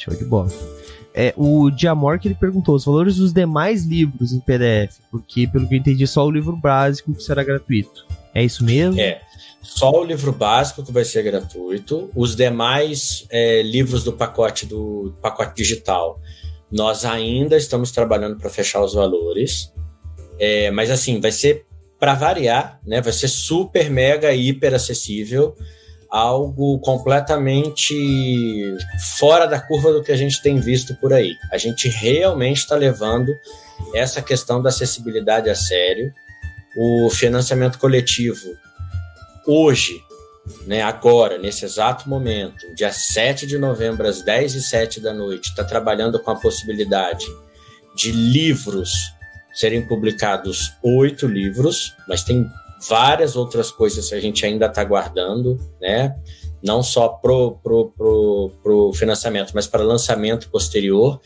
O Diamor que ele perguntou os valores dos demais livros em PDF, porque pelo que eu entendi só o livro básico que será gratuito. É isso mesmo? Só o livro básico que vai ser gratuito. Os demais livros do pacote digital, nós ainda estamos trabalhando para fechar os valores. Mas assim, vai ser para variar, né? Vai ser super, mega, hiper acessível. Algo completamente fora da curva do que a gente tem visto por aí. A gente realmente está levando essa questão da acessibilidade a sério. O financiamento coletivo, hoje, né, agora, nesse exato momento, dia 7 de novembro, às 10h07 da noite, está trabalhando com a possibilidade de livros serem publicados 8 livros, mas tem várias outras coisas que a gente ainda está guardando, né? Não só pro financiamento, mas para lançamento posterior,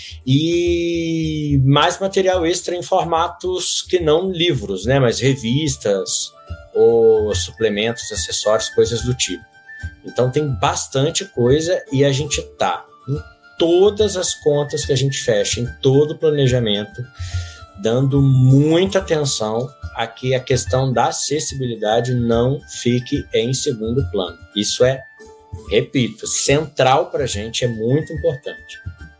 e mais material extra em formatos que não livros, né? Mas revistas ou suplementos, acessórios, coisas do tipo. Então tem bastante coisa e a gente tá em todas as contas que a gente fecha, em todo o planejamento, dando muita atenção a que a questão da acessibilidade não fique em segundo plano. Isso é, repito, central para a gente, é muito importante.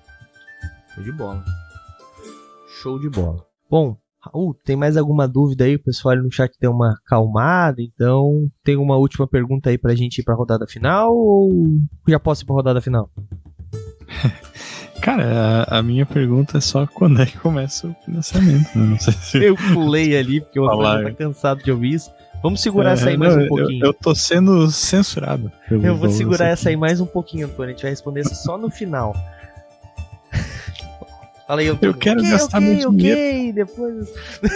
Show de bola. Bom, Raul, tem mais alguma dúvida aí? O pessoal no chat deu uma acalmada, então tem uma última pergunta aí pra gente ir pra rodada final ou já posso ir pra rodada final? Cara, a minha pergunta é só quando é que começa o financiamento, né? Não sei se... Eu pulei ali, porque o Antônio tá cansado de ouvir isso. Vamos segurar essa aí mais um pouquinho. Eu tô sendo censurado. Eu vou segurar essa aí mais um pouquinho, Antônio. A gente vai responder só no final. Fala aí, Antônio. Eu quero gastar meu dinheiro. Depois...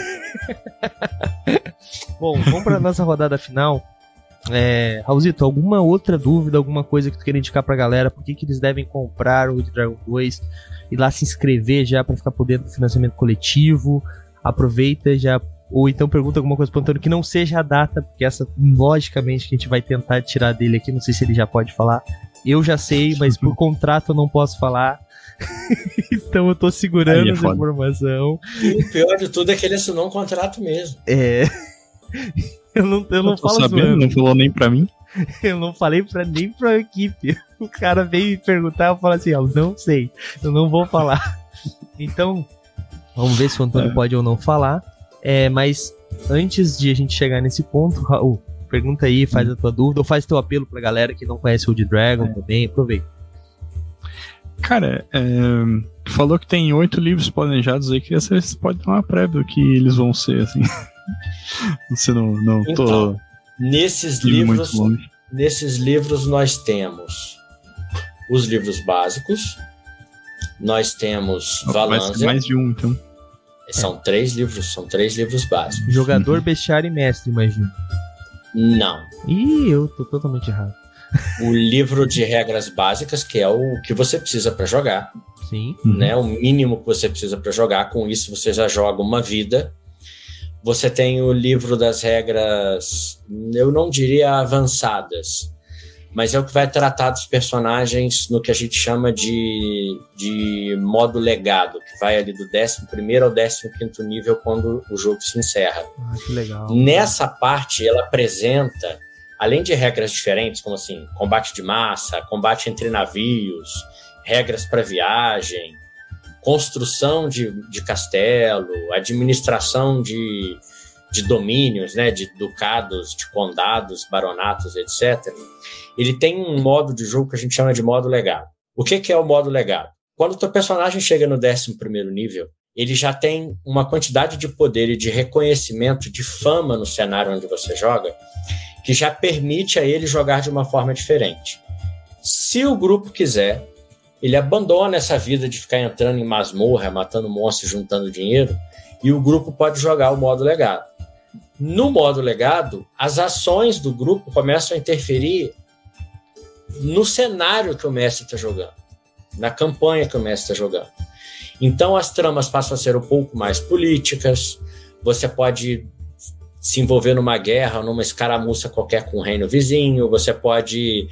Bom, vamos pra nossa rodada final. Raulzito, alguma outra dúvida, alguma coisa que tu queira indicar pra galera? Por que eles devem comprar o Old Dragon 2 e lá se inscrever já pra ficar por dentro do financiamento coletivo? Aproveita já, ou então pergunta alguma coisa pro Antônio que não seja a data, porque essa, logicamente, que a gente vai tentar tirar dele aqui, não sei se ele já pode falar. Eu já sei, mas por contrato eu não posso falar. Então eu tô segurando essa informação. E o pior de tudo é que ele assinou um contrato mesmo. Eu não falo sabendo, zoando. não falou nem pra mim. Eu não falei nem pra equipe. O cara veio me perguntar, eu falo assim, não sei, eu não vou falar. Então, vamos ver se o Antônio pode ou não falar. Mas antes de a gente chegar nesse ponto, Raul, pergunta aí, faz a tua dúvida, ou faz teu apelo pra galera que não conhece o Old Dragon também, aproveita. Cara, falou que tem 8 livros planejados aí, queria saber se pode dar uma prévia do que eles vão ser, assim. Você não então, tô... Nesses livros nós temos os livros básicos, nós temos Valanzia. Mais de um, então. São 3 livros básicos. Jogador, bestiário e mestre, imagino. Não. Ih, eu tô totalmente errado. O livro de regras básicas, que é o que você precisa para jogar. Sim. Né? O mínimo que você precisa para jogar. Com isso você já joga uma vida. Você tem o livro das regras, eu não diria avançadas, mas é o que vai tratar dos personagens no que a gente chama de modo legado, que vai ali do 11º ao 15º nível quando o jogo se encerra. Que legal. Nessa parte, ela apresenta, além de regras diferentes, como assim, combate de massa, combate entre navios, regras para viagem, construção de castelo, administração de domínios, né, de ducados, de condados, baronatos, etc. Ele tem um modo de jogo que a gente chama de modo legado. O que é o modo legado? Quando o teu personagem chega no 11º nível, ele já tem uma quantidade de poder e de reconhecimento, de fama no cenário onde você joga, que já permite a ele jogar de uma forma diferente. Se o grupo quiser, ele abandona essa vida de ficar entrando em masmorra, matando monstros, juntando dinheiro, e o grupo pode jogar o modo legado. No modo legado, as ações do grupo começam a interferir no cenário que o mestre está jogando, na campanha que o mestre está jogando. Então as tramas passam a ser um pouco mais políticas, você pode se envolver numa guerra, numa escaramuça qualquer com o reino vizinho, você pode,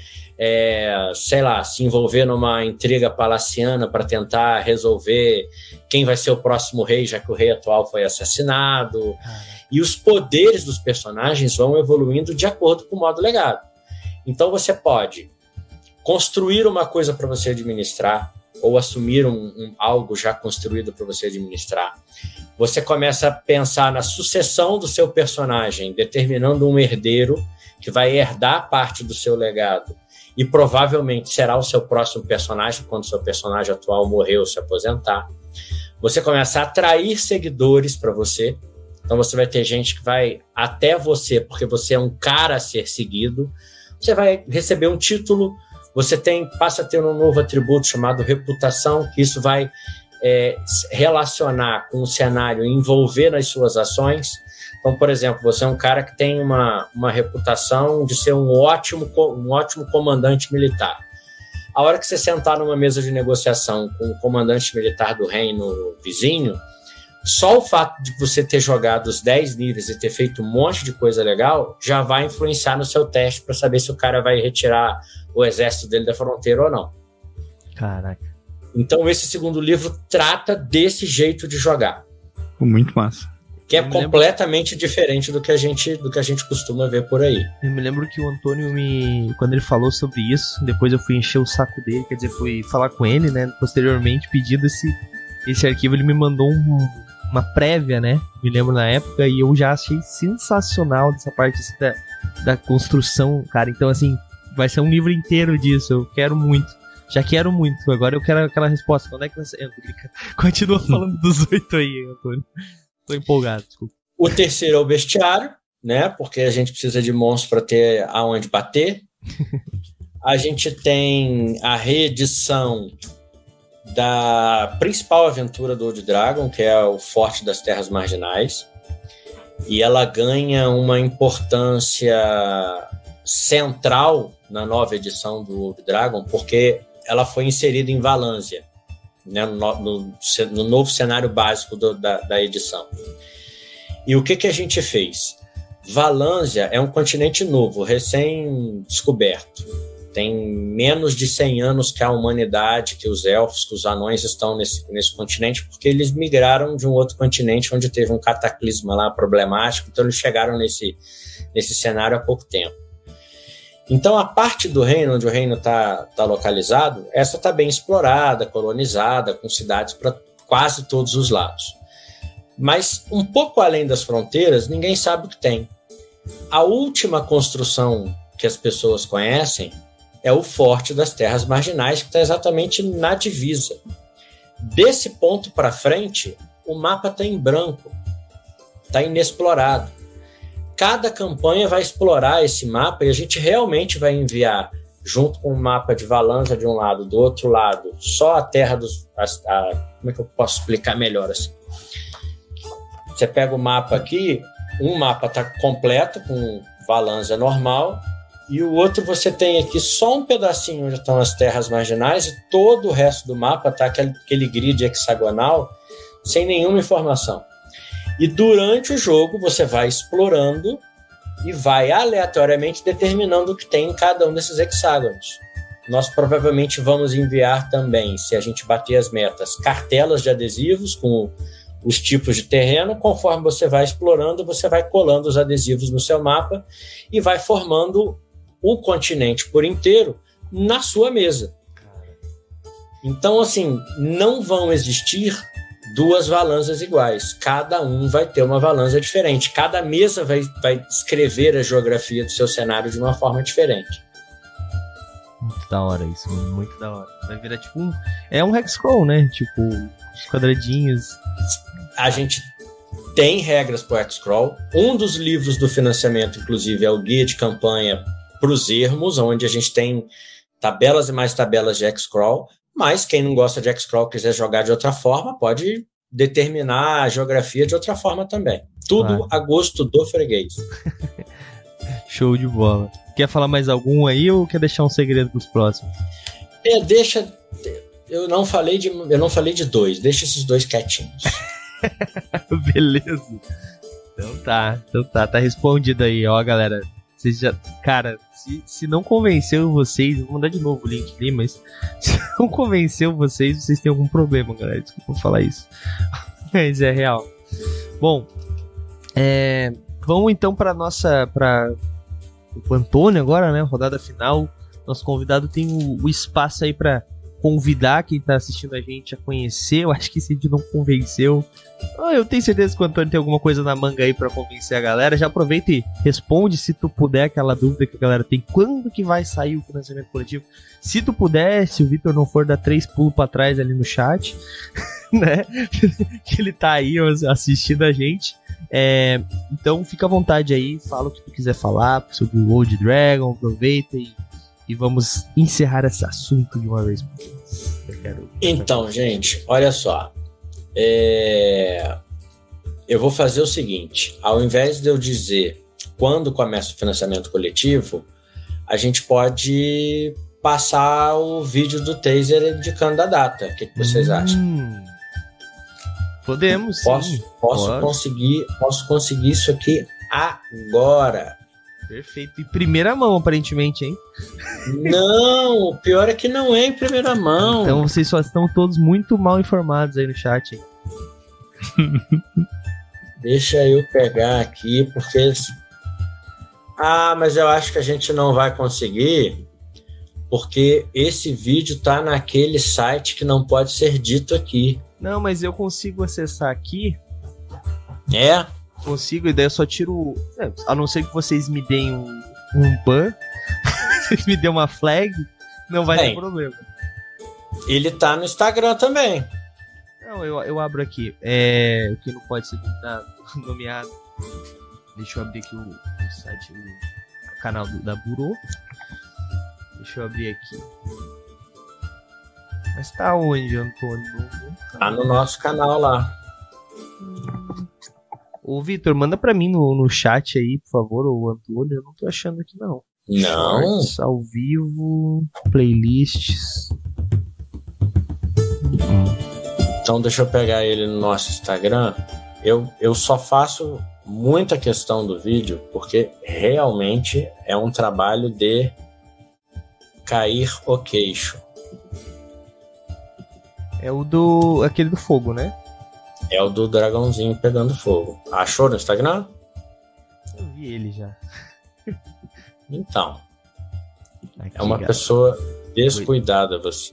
se envolver numa intriga palaciana para tentar resolver quem vai ser o próximo rei, já que o rei atual foi assassinado. E os poderes dos personagens vão evoluindo de acordo com o modo legado. Então você pode construir uma coisa para você administrar, ou assumir algo já construído para você administrar. Você começa a pensar na sucessão do seu personagem, determinando um herdeiro que vai herdar parte do seu legado e provavelmente será o seu próximo personagem quando seu personagem atual morrer ou se aposentar. Você começa a atrair seguidores para você. Então você vai ter gente que vai até você porque você é um cara a ser seguido. Você vai receber um título. Você passa a ter um novo atributo chamado reputação, que isso vai relacionar com o cenário e envolver nas suas ações. Então, por exemplo, você é um cara que tem uma reputação de ser um ótimo comandante militar. A hora que você sentar numa mesa de negociação com o comandante militar do reino vizinho, só o fato de você ter jogado os 10 níveis e ter feito um monte de coisa legal já vai influenciar no seu teste para saber se o cara vai retirar o exército dele da fronteira ou não. Caraca. Então esse segundo livro trata desse jeito de jogar. Muito massa. Que é completamente diferente do que a gente costuma ver por aí. Eu me lembro que o Antônio quando ele falou sobre isso, depois eu fui encher o saco dele, quer dizer, fui falar com ele, né, posteriormente, pedindo esse arquivo, ele me mandou uma prévia, né, me lembro na época, e eu já achei sensacional dessa parte assim, da construção, cara. Então, assim, vai ser um livro inteiro disso, eu quero muito. Já quero muito, agora eu quero aquela resposta. Quando é que vai ser? Continua falando dos 8 aí, Antônio. Tô empolgado, desculpa. O terceiro é o bestiário, né? Porque a gente precisa de monstros para ter aonde bater. A gente tem a reedição da principal aventura do Old Dragon, que é o Forte das Terras Marginais. E ela ganha uma importância central na nova edição do Old Dragon, porque ela foi inserida em Valânsia, né, no novo cenário básico da edição. E o que a gente fez? Valânsia é um continente novo, recém-descoberto. Tem menos de 100 anos que a humanidade, que os elfos, que os anões estão nesse continente, porque eles migraram de um outro continente onde teve um cataclisma lá problemático, então eles chegaram nesse cenário há pouco tempo. Então, a parte do reino, onde o reino está localizado, essa está bem explorada, colonizada, com cidades para quase todos os lados. Mas, um pouco além das fronteiras, ninguém sabe o que tem. A última construção que as pessoas conhecem é o Forte das Terras Marginais, que está exatamente na divisa. Desse ponto para frente, o mapa está em branco, está inexplorado. Cada campanha vai explorar esse mapa e a gente realmente vai enviar, junto com o mapa de Valânsia de um lado, do outro lado, só a terra dos... como é que eu posso explicar melhor assim? Você pega o mapa aqui, um mapa está completo com Valânsia normal e o outro você tem aqui só um pedacinho onde estão as terras marginais e todo o resto do mapa está aquele grid hexagonal sem nenhuma informação. E durante o jogo você vai explorando e vai aleatoriamente determinando o que tem em cada um desses hexágonos. Nós provavelmente vamos enviar também, se a gente bater as metas, cartelas de adesivos com os tipos de terreno. Conforme você vai explorando, você vai colando os adesivos no seu mapa e vai formando o continente por inteiro na sua mesa. Então, assim, não vão existir duas Valâncias iguais. Cada um vai ter uma Valância diferente. Cada mesa vai escrever a geografia do seu cenário de uma forma diferente. Muito da hora isso, muito da hora. Vai virar tipo é um hexcrawl, né? Tipo, os quadradinhos. A gente tem regras para o X-Crawl. Um dos livros do financiamento, inclusive, é o Guia de Campanha para os Ermos, onde a gente tem tabelas e mais tabelas de X-Crawl, mas quem não gosta de X-Crawl quiser jogar de outra forma, pode determinar a geografia de outra forma também. Tudo a gosto do freguês. Show de bola. Quer falar mais algum aí ou quer deixar um segredo para os próximos? Deixa... Eu não falei de 2, deixa esses 2 quietinhos. Beleza. Então tá respondido aí, ó, galera. Vocês já, cara, se não convenceu vocês, vou mandar de novo o link ali, mas se não convenceu vocês têm algum problema, galera. Desculpa falar isso. Mas é real. Bom, vamos então para o Antônio agora, né? Rodada final. Nosso convidado tem o espaço aí para convidar quem tá assistindo a gente a conhecer. Eu acho que esse vídeo não convenceu. Eu tenho certeza que o Antônio tem alguma coisa na manga aí pra convencer a galera. Já aproveita e responde, se tu puder, aquela dúvida que a galera tem. Quando que vai sair o financiamento coletivo? Se tu puder, se o Vitor não for dar 3 pulos pra trás ali no chat, né? Que ele tá aí assistindo a gente. Então fica à vontade aí, fala o que tu quiser falar sobre o Old Dragon, aproveita e vamos encerrar esse assunto de uma vez por todas. Então, gente, olha só. Eu vou fazer o seguinte: ao invés de eu dizer quando começa o financiamento coletivo, a gente pode passar o vídeo do Taser indicando a data. O que vocês acham? Podemos, sim. Posso conseguir isso aqui agora. Perfeito. Em primeira mão, aparentemente, hein? Não, o pior é que não é em primeira mão. Então vocês só estão todos muito mal informados aí no chat, hein? Deixa eu pegar aqui, porque... mas eu acho que a gente não vai conseguir, porque esse vídeo tá naquele site que não pode ser dito aqui. Não, mas eu consigo acessar aqui. Consigo, e daí eu só tiro... a não ser que vocês me deem um ban, vocês me deem uma flag, não vai ter problema. Ele tá no Instagram também. Não, eu abro aqui. O que não pode ser nomeado. Deixa eu abrir aqui o site, o canal da Burô. Deixa eu abrir aqui. Mas tá onde, Antônio? Tá no nosso canal lá. Ô, Vitor, manda pra mim no chat aí, por favor, o Antônio. Eu não tô achando aqui, não. Não. Shorts, ao vivo, playlists. Então deixa eu pegar ele no nosso Instagram. Eu só faço muita questão do vídeo porque realmente é um trabalho de cair o queixo. É aquele do fogo, né? É o do dragãozinho pegando fogo. Achou no Instagram? Eu vi ele já. Então. Aqui, é uma galera. pessoa descuidada, você.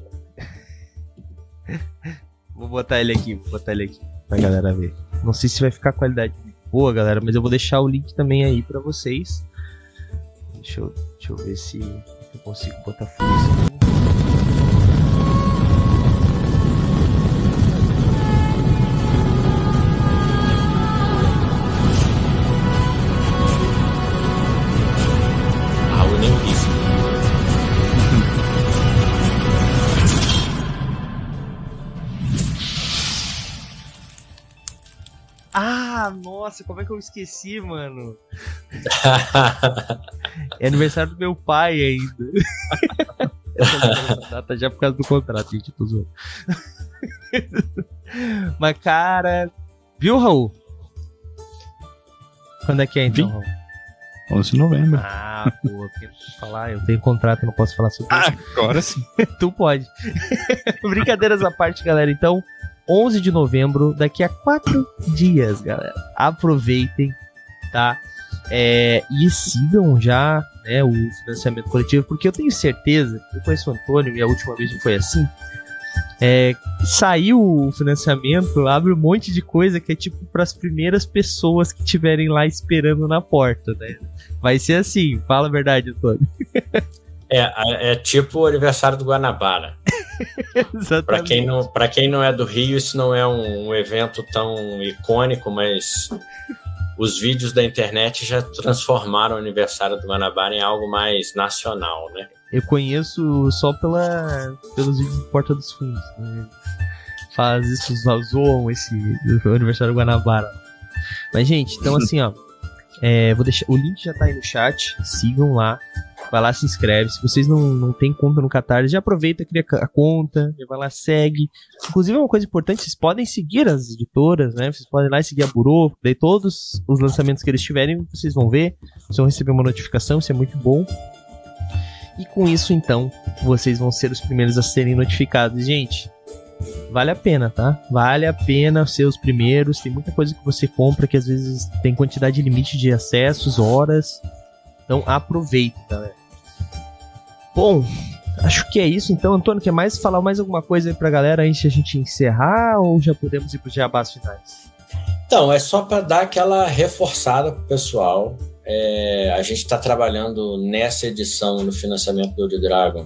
Vou botar ele aqui pra galera ver. Não sei se vai ficar qualidade boa, galera, mas eu vou deixar o link também aí pra vocês. Deixa eu ver se eu consigo botar força aqui. Nossa, como é que eu esqueci, mano? É aniversário do meu pai ainda. Essa data já por causa do contrato, gente, tô zoando. Mas, cara... Viu, Raul? Quando é que é, então, Raul? 11 de novembro. Pô, eu tenho contrato, não posso falar sobre isso. Agora sim. Tu pode. Brincadeiras à parte, galera, então... 11 de novembro, daqui a 4 dias, galera. Aproveitem, tá? E sigam já, né, o financiamento coletivo, porque eu tenho certeza, eu conheço o Antônio e a última vez foi assim. Saiu o financiamento, abre um monte de coisa que é tipo para as primeiras pessoas que estiverem lá esperando na porta, né? Vai ser assim, fala a verdade, Antônio. É tipo o aniversário do Guanabara. Exatamente. Para quem não é do Rio, isso não é um evento tão icônico, mas os vídeos da internet já transformaram o aniversário do Guanabara em algo mais nacional, né? Eu conheço só pelos vídeos do Porta dos Fundos. Né? Faz isso, zoam esse aniversário do Guanabara. Mas, gente, então assim, ó. Vou deixar, o link já tá aí no chat. Sigam lá. Vai lá, se inscreve. Se vocês não têm conta no Catarse, já aproveita, cria a conta, já vai lá, segue. Inclusive, é uma coisa importante, vocês podem seguir as editoras, né? Vocês podem ir lá e seguir a Burô. Daí todos os lançamentos que eles tiverem, vocês vão ver. Vocês vão receber uma notificação, isso é muito bom. E com isso, então, vocês vão ser os primeiros a serem notificados. Gente, vale a pena, tá? Vale a pena ser os primeiros. Tem muita coisa que você compra que às vezes tem quantidade limite de acessos, horas. Então aproveita, galera. Bom, acho que é isso. Então, Antônio, quer falar mais alguma coisa aí pra galera antes de a gente encerrar? Ou já podemos ir pros jabás finais? Então, é só para dar aquela reforçada pro pessoal. A gente está trabalhando nessa edição no financiamento do Uri Dragon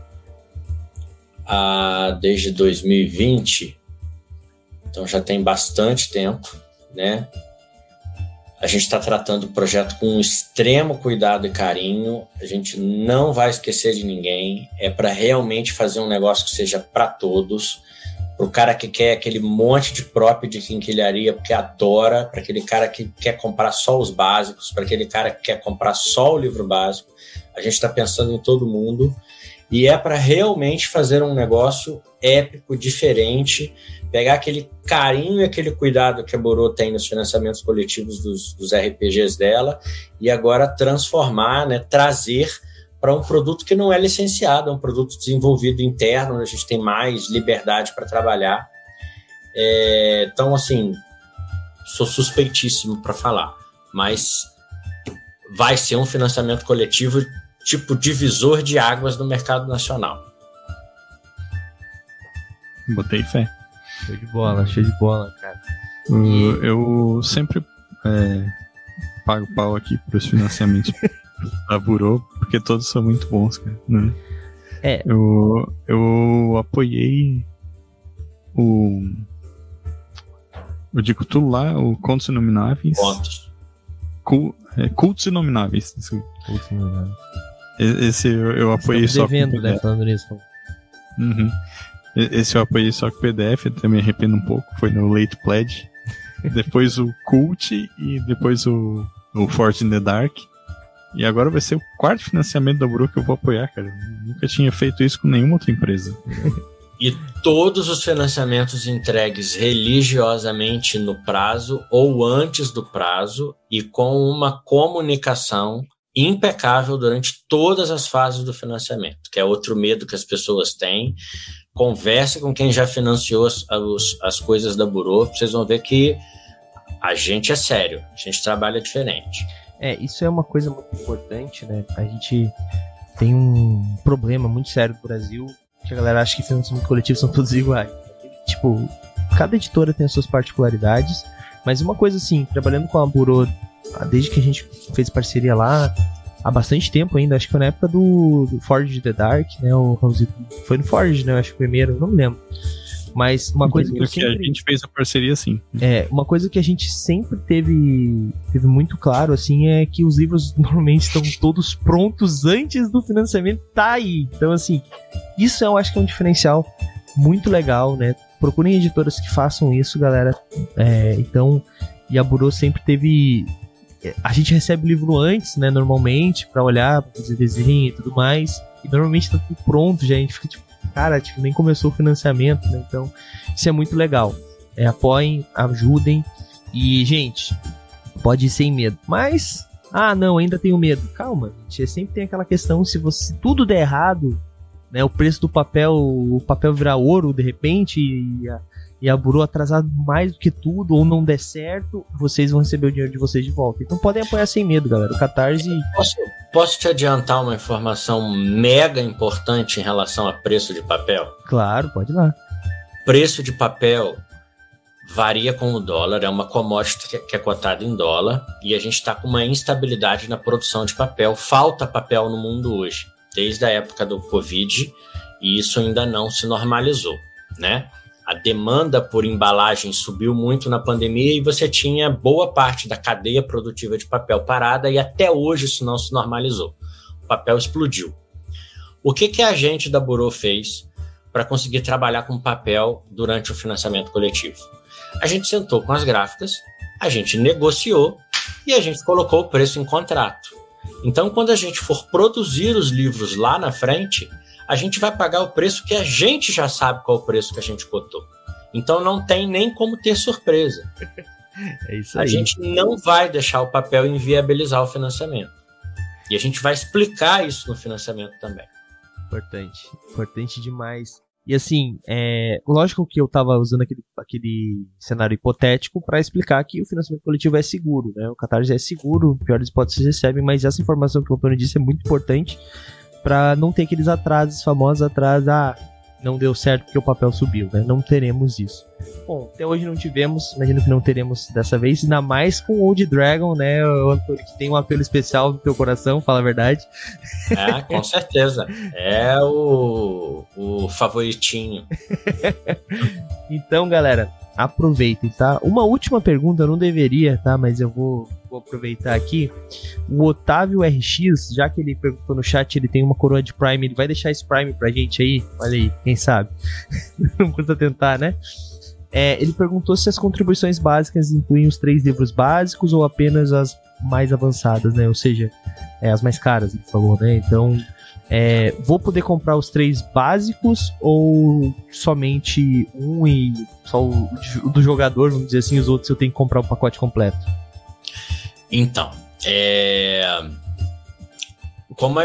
desde 2020, então já tem bastante tempo, né? A gente está tratando o projeto com um extremo cuidado e carinho, a gente não vai esquecer de ninguém, é para realmente fazer um negócio que seja para todos, para o cara que quer aquele monte de prop de quinquilharia porque adora, para aquele cara que quer comprar só os básicos, para aquele cara que quer comprar só o livro básico. A gente está pensando em todo mundo e é para realmente fazer um negócio épico, diferente, pegar aquele carinho e aquele cuidado que a Burô tem nos financiamentos coletivos dos RPGs dela e agora transformar, né, trazer para um produto que não é licenciado, é um produto desenvolvido interno, onde a gente tem mais liberdade para trabalhar. Então, assim, sou suspeitíssimo para falar, mas vai ser um financiamento coletivo tipo divisor de águas no mercado nacional. Botei fé. Show de bola, cara. Eu sempre pago pau aqui para os financiamentos da Burô, porque todos são muito bons, cara. Né? Eu apoiei o de Cthulhu lá, o Contos Inomináveis. Cultos Inomináveis. Esse eu apoiei só com devendo, né, falando nisso. Uhum. Esse eu apoiei só com PDF, eu também me arrependo um pouco, foi no Late Pledge. Depois o Cult e depois o Forge in the Dark. E agora vai ser o quarto financiamento da Burô que eu vou apoiar, cara. Eu nunca tinha feito isso com nenhuma outra empresa. E todos os financiamentos entregues religiosamente no prazo ou antes do prazo e com uma comunicação impecável durante todas as fases do financiamento, que é outro medo que as pessoas têm. Converse com quem já financiou as coisas da Burô, vocês vão ver que a gente é sério, a gente trabalha diferente. Isso é uma coisa muito importante, né? A gente tem um problema muito sério no Brasil, que a galera acha que financiamento coletivo são todos iguais. Tipo, cada editora tem as suas particularidades, mas uma coisa assim, trabalhando com a Burô, desde que a gente fez parceria lá, há bastante tempo ainda, acho que foi na época do Forge the Dark, né? Foi no Forge, né? Acho que o primeiro, não me lembro. Mas uma coisa que eu sempre... a gente fez a parceria, sim. Uma coisa que a gente sempre teve muito claro, assim, é que os livros normalmente estão todos prontos antes do financiamento tá aí. Então, assim, isso eu acho que é um diferencial muito legal, né? Procurem editoras que façam isso, galera. Então, e a Burô sempre teve... A gente recebe o livro antes, né, normalmente, pra olhar, pra fazer desenho e tudo mais. E normalmente tá tudo pronto já, a gente fica tipo, cara, nem começou o financiamento, né? Então, isso é muito legal. Apoiem, ajudem. E, gente, pode ir sem medo. Mas, não, ainda tenho medo. Calma, gente. Sempre tem aquela questão, se tudo der errado, né? O preço do papel, o papel virar ouro, de repente, e a Burô atrasar mais do que tudo, ou não der certo, vocês vão receber o dinheiro de vocês de volta. Então podem apoiar sem medo, galera. O Catarse... Posso te adiantar uma informação mega importante em relação a preço de papel? Claro, pode ir lá. Preço de papel varia com o dólar, é uma commodity que é cotada em dólar, e a gente está com uma instabilidade na produção de papel. Falta papel no mundo hoje. Desde a época do Covid, e isso ainda não se normalizou, né? A demanda por embalagem subiu muito na pandemia e você tinha boa parte da cadeia produtiva de papel parada e até hoje isso não se normalizou. O papel explodiu. O que a gente da Burô fez para conseguir trabalhar com papel durante o financiamento coletivo? A gente sentou com as gráficas, a gente negociou e a gente colocou o preço em contrato. Então, quando a gente for produzir os livros lá na frente, a gente vai pagar o preço que a gente já sabe qual é o preço que a gente cotou. Então não tem nem como ter surpresa. É isso aí. A gente não vai deixar o papel inviabilizar o financiamento. E a gente vai explicar isso no financiamento também. Importante demais. E assim, lógico que eu estava usando aquele cenário hipotético para explicar que o financiamento coletivo é seguro, né? O Catarse é seguro, piores hipóteses recebem, mas essa informação que o Antônio disse é muito importante para não ter aqueles atrasos, famosos atrasos, não deu certo porque o papel subiu, né? Não teremos isso. Bom, até hoje não tivemos, imagino que não teremos dessa vez, ainda mais com o Old Dragon, né, o Antônio, que tem um apelo especial no teu coração, fala a verdade. Com certeza. É o favoritinho. Então, galera, aproveitem, tá? Uma última pergunta, eu não deveria, tá? Mas eu vou aproveitar aqui. O Otávio RX, já que ele perguntou no chat, ele tem uma coroa de Prime, ele vai deixar esse Prime pra gente aí? Olha aí, quem sabe? Não custa tentar, né? Ele perguntou se as contribuições básicas incluem os 3 livros básicos ou apenas as mais avançadas, né? Ou seja, as mais caras, ele falou, né? Então, vou poder comprar os 3 básicos ou somente um e só o do jogador, vamos dizer assim, os outros eu tenho que comprar o pacote completo? Então, como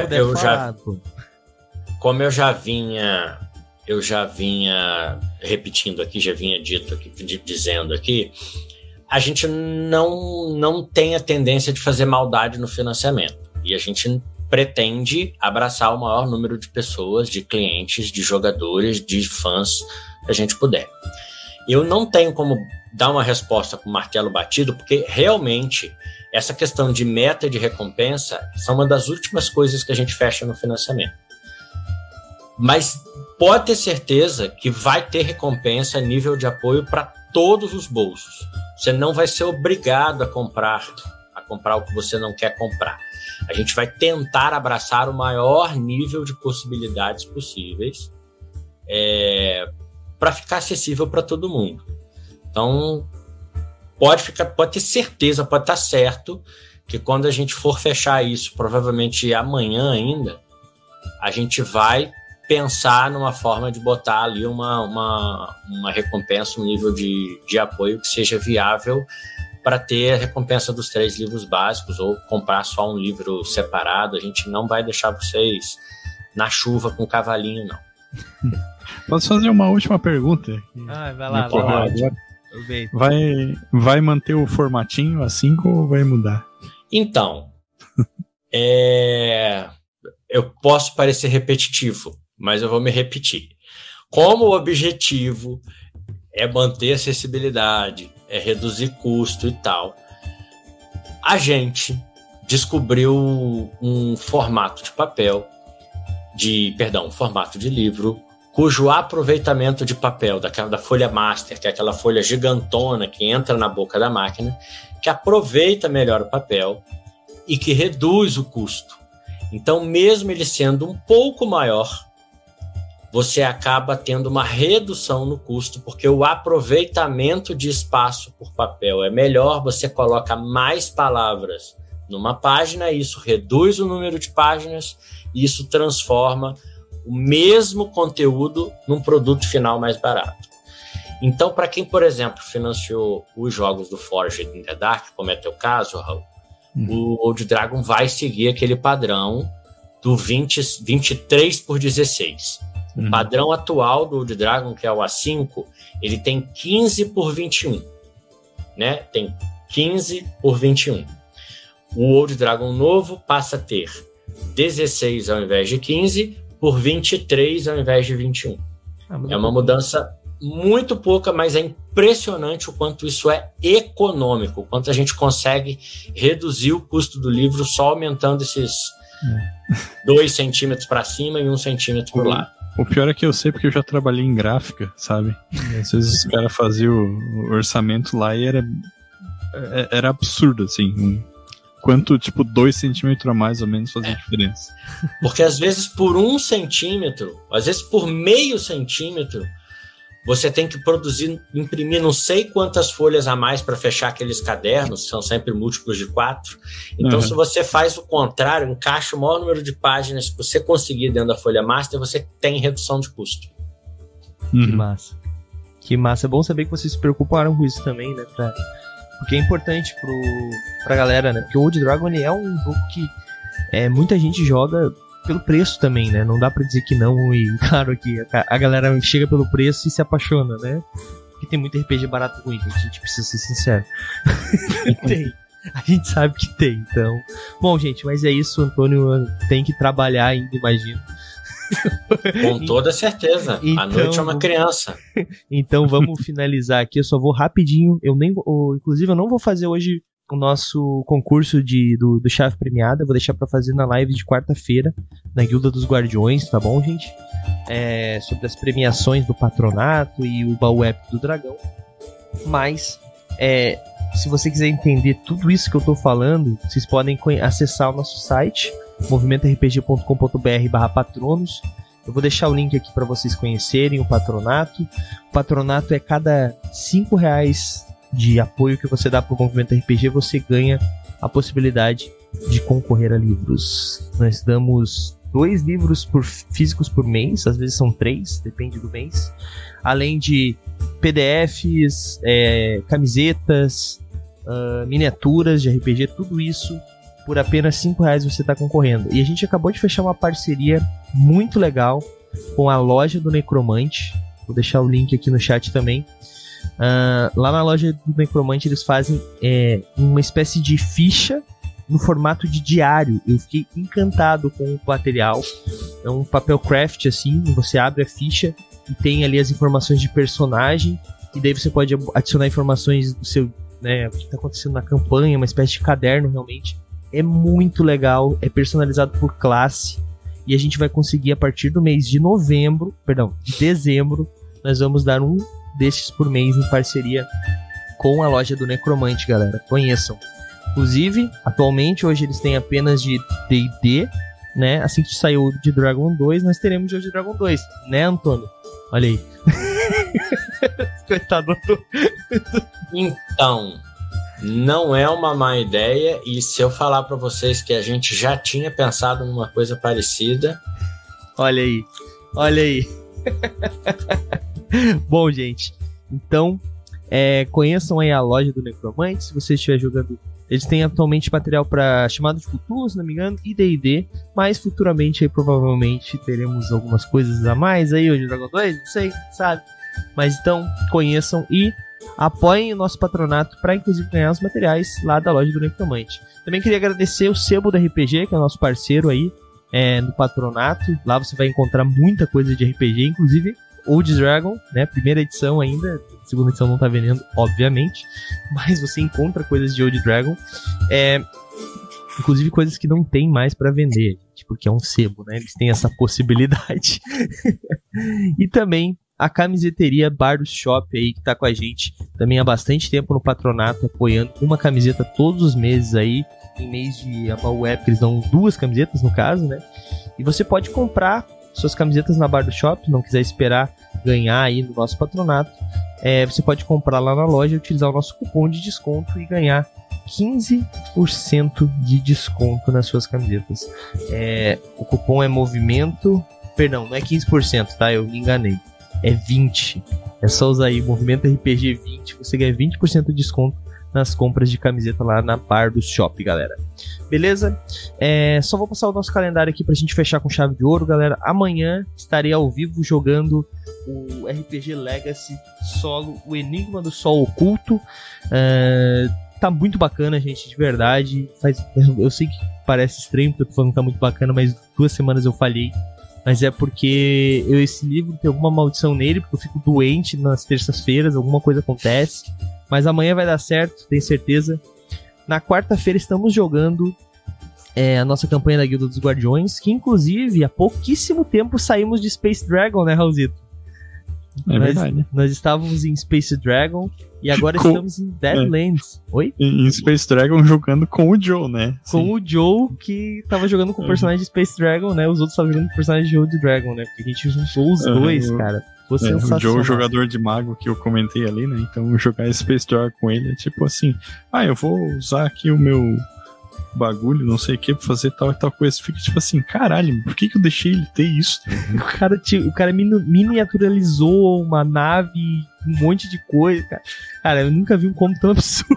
eu já vinha repetindo aqui, já vinha dizendo aqui, a gente não tem a tendência de fazer maldade no financiamento. E a gente pretende abraçar o maior número de pessoas, de clientes, de jogadores, de fãs que a gente puder. Eu não tenho como dar uma resposta com martelo batido, porque realmente essa questão de meta e de recompensa são uma das últimas coisas que a gente fecha no financiamento. Mas pode ter certeza que vai ter recompensa a nível de apoio para todos os bolsos. Você não vai ser obrigado a comprar o que você não quer comprar. A gente vai tentar abraçar o maior nível de possibilidades possíveis para ficar acessível para todo mundo. Então, pode ter certeza, pode estar certo que quando a gente for fechar isso, provavelmente amanhã ainda, a gente vai pensar numa forma de botar ali uma recompensa, um nível de apoio que seja viável para ter a recompensa dos 3 livros básicos ou comprar só um livro separado. A gente não vai deixar vocês na chuva com cavalinho, não. Posso fazer uma última pergunta? Vai lá. Vai manter o formatinho A5 ou vai mudar? Então, eu posso parecer repetitivo, mas eu vou me repetir. Como o objetivo é manter acessibilidade, é reduzir custo e tal, a gente descobriu um formato de papel, um formato de livro, cujo aproveitamento de papel, da folha master, que é aquela folha gigantona que entra na boca da máquina, que aproveita melhor o papel e que reduz o custo. Então, mesmo ele sendo um pouco maior, você acaba tendo uma redução no custo, porque o aproveitamento de espaço por papel é melhor, você coloca mais palavras numa página, isso reduz o número de páginas e isso transforma o mesmo conteúdo num produto final mais barato. Então, para quem, por exemplo, financiou os jogos do Forged in the Dark, como é teu caso, Raul, o Old Dragon vai seguir aquele padrão do 23 por 16. O padrão atual do Old Dragon, que é o A5, ele tem 15 por 21. Né? Tem 15 por 21. O Old Dragon novo passa a ter 16 ao invés de 15 por 23 ao invés de 21. É uma mudança muito pouca, mas é impressionante o quanto isso é econômico, o quanto a gente consegue reduzir o custo do livro só aumentando esses 2 centímetros para cima e 1 centímetro para o lado. O pior é que eu sei porque eu já trabalhei em gráfica, sabe? E às vezes os caras faziam o orçamento lá e era absurdo, assim. Quanto, tipo, 2 centímetros a mais ou menos fazia diferença. Porque às vezes por 1 centímetro, às vezes por meio centímetro, você tem que imprimir não sei quantas folhas a mais para fechar aqueles cadernos, são sempre múltiplos de 4. Então, se você faz o contrário, encaixa o maior número de páginas que você conseguir dentro da folha master, você tem redução de custo. Que massa. Que massa. É bom saber que vocês se preocuparam com isso também, né? Porque é importante pra galera, né? Porque o Old Dragon ele é um jogo que muita gente joga pelo preço também, né? Não dá pra dizer que não, e claro que a galera chega pelo preço e se apaixona, né? Porque tem muito RPG barato ruim, a gente precisa ser sincero. Tem. A gente sabe que tem, então... Bom, gente, mas é isso, o Antônio tem que trabalhar ainda, imagino. Com toda certeza. Então, a noite é uma criança. Então vamos finalizar aqui, eu só vou rapidinho, inclusive eu não vou fazer hoje o nosso concurso do Chave Premiada, vou deixar pra fazer na live de quarta-feira, na Guilda dos Guardiões, tá bom, gente? Sobre as premiações do Patronato e o baú épico do Dragão. Mas, se você quiser entender tudo isso que eu tô falando, vocês podem acessar o nosso site, movimentorpg.com.br/patronos. Eu vou deixar o link aqui para vocês conhecerem o Patronato. O Patronato é cada R$5 de apoio que você dá para o Movimento RPG, você ganha a possibilidade de concorrer a livros. Nós damos 2 livros físicos por mês, às vezes são 3, depende do mês. Além de PDFs, camisetas, miniaturas de RPG, tudo isso por apenas R$5 você está concorrendo. E a gente acabou de fechar uma parceria muito legal com a loja do Necromante. Vou deixar o link aqui no chat também. Lá na loja do Necromante eles fazem uma espécie de ficha no formato de diário. Eu fiquei encantado com o material. É um papel craft assim, você abre a ficha e tem ali as informações de personagem, e daí você pode adicionar informações do seu, né, o que está acontecendo na campanha, uma espécie de caderno realmente. É muito legal, é personalizado por classe, e a gente vai conseguir a partir do mês de dezembro, nós vamos dar um destes por mês em parceria com a loja do Necromante, galera. Conheçam. Inclusive, atualmente, hoje eles têm apenas de D&D, né? Assim que saiu de Dragon 2, nós teremos de Dragon 2, né, Antônio? Olha aí. Coitado do... Então, não é uma má ideia, e se eu falar pra vocês que a gente já tinha pensado numa coisa parecida... Olha aí, olha aí. Bom, gente, então conheçam aí a loja do Necromante. Se você estiver jogando, eles têm atualmente material para Chamado de Cthulhu, se não me engano, e D&D, mas futuramente aí provavelmente teremos algumas coisas a mais aí, hoje Dragon 2, não sei, sabe? Mas então, conheçam e apoiem o nosso patronato para inclusive ganhar os materiais lá da loja do Necromante. Também queria agradecer o Sebo da RPG, que é o nosso parceiro aí no patronato. Lá você vai encontrar muita coisa de RPG, inclusive Old Dragon, né? Primeira edição ainda, segunda edição não tá vendendo, obviamente, mas você encontra coisas de Old Dragon, inclusive coisas que não tem mais para vender, porque é um sebo, né? Eles têm essa possibilidade. E também a camiseteria Bar do Shop aí, que tá com a gente também há bastante tempo no patronato, apoiando uma camiseta todos os meses aí. Em mês de Abaú Épico eles dão 2 camisetas no caso, né? E você pode comprar suas camisetas na Bar do Shop, se não quiser esperar ganhar aí no nosso patronato, você pode comprar lá na loja, utilizar o nosso cupom de desconto e ganhar 15% de desconto nas suas camisetas. O cupom é Movimento, perdão, não é 15%, tá? Eu me enganei, é 20%. É só usar aí Movimento RPG 20, você ganha 20% de desconto nas compras de camiseta lá na Bar do Shop, galera. Beleza? Só vou passar o nosso calendário aqui pra gente fechar com chave de ouro, galera. Amanhã estarei ao vivo jogando o RPG Legacy solo, o Enigma do Sol Oculto. Tá muito bacana, gente, de verdade. Eu sei que parece estranho porque eu tô falando que tá muito bacana, mas 2 semanas eu falhei. Mas é porque esse livro tem alguma maldição nele, porque eu fico doente nas terças-feiras, alguma coisa acontece. Mas amanhã vai dar certo, tenho certeza. Na quarta-feira estamos jogando a nossa campanha da Guilda dos Guardiões, que inclusive há pouquíssimo tempo saímos de Space Dragon, né, Raulzito? Verdade. Nós estávamos em Space Dragon e agora estamos em Deadlands. Oi? Em Space Dragon jogando com o Joe, né? Com o Joe, que tava jogando com o personagem de Space Dragon, né? Os outros estavam jogando com o personagem de Old Dragon, né? Porque a gente juntou os dois, cara. Foi sensacional. O Joe, o jogador de mago que eu comentei ali, né? Então jogar Space Dragon com ele é tipo assim, eu vou usar aqui o meu bagulho, não sei o que, pra fazer tal e tal coisa. Fica tipo assim, caralho, por que eu deixei ele ter isso? O cara miniaturalizou uma nave, um monte de coisa, cara. Cara, eu nunca vi um combo tão absurdo.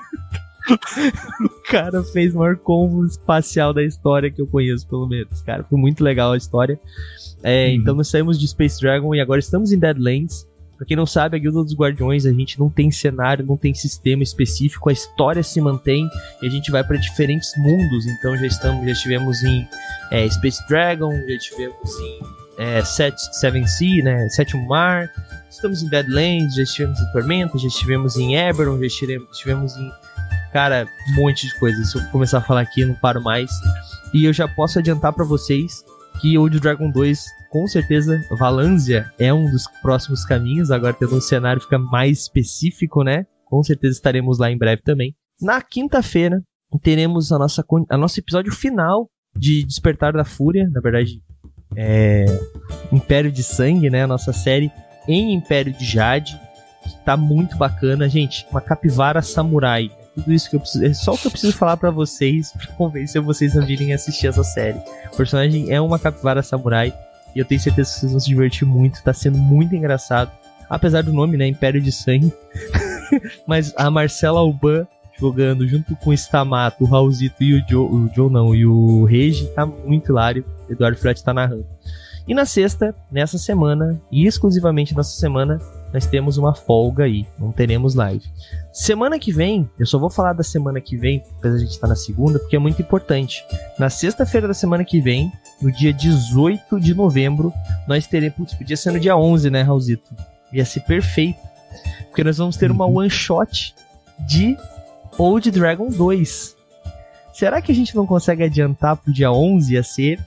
O cara fez o maior combo espacial da história que eu conheço, pelo menos, cara. Foi muito legal a história. Então nós saímos de Space Dragon e agora estamos em Deadlands. Pra quem não sabe, a Guilda dos Guardiões, a gente não tem cenário, não tem sistema específico, a história se mantém e a gente vai pra diferentes mundos. Então já estivemos em Space Dragon, já estivemos em Seven Sea, né, Sétimo Mar, estamos em Deadlands, já estivemos em Tormenta, já estivemos em Eberron, já estivemos em, cara, um monte de coisas. Se eu começar a falar aqui, eu não paro mais. E eu já posso adiantar pra vocês que Old Dragon 2, com certeza, Valanzia é um dos próximos caminhos. Agora tendo um cenário fica mais específico, né? Com certeza estaremos lá em breve também. Na quinta-feira, teremos a nosso episódio final de Despertar da Fúria. Na verdade, Império de Sangue, né? A nossa série em Império de Jade. Que tá muito bacana, gente. Uma capivara samurai. Tudo isso que eu preciso, é só o que eu preciso falar pra vocês, pra convencer vocês a virem assistir essa série. O personagem é uma capivara samurai e eu tenho certeza que vocês vão se divertir muito, tá sendo muito engraçado. Apesar do nome, né, Império de Sangue. Mas a Marcela Alban jogando junto com o Stamato, o Raulzito e e o Regi, tá muito hilário. Eduardo Fretti tá narrando. E na sexta, nessa semana, e exclusivamente nessa semana, nós temos uma folga aí, não teremos live. Semana que vem, eu só vou falar da semana que vem, apesar de a gente estar na segunda, porque é muito importante. Na sexta-feira da semana que vem, no dia 18 de novembro, nós teremos... podia ser no dia 11, né, Raulzito? Ia ser perfeito. Porque nós vamos ter uma one-shot de Old Dragon 2. Será que a gente não consegue adiantar pro dia 11 a ser...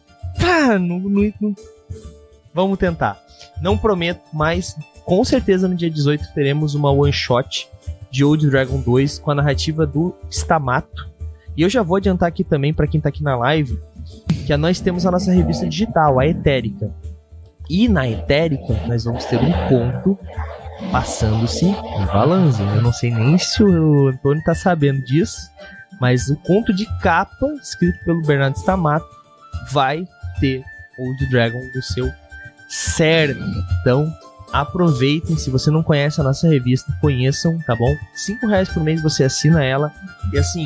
não. Vamos tentar. Não prometo, mas com certeza no dia 18 teremos uma one shot de Old Dragon 2 com a narrativa do Stamato. E eu já vou adiantar aqui também para quem tá aqui na live que nós temos a nossa revista digital, a Etérica. E na Etérica nós vamos ter um conto passando-se em Valanzia. Eu não sei nem se o Antônio tá sabendo disso, mas o conto de capa escrito pelo Bernardo Stamato vai ter Old Dragon do seu cerne. Então aproveitem, se você não conhece a nossa revista, conheçam, tá bom? R$5 por mês você assina ela. E assim,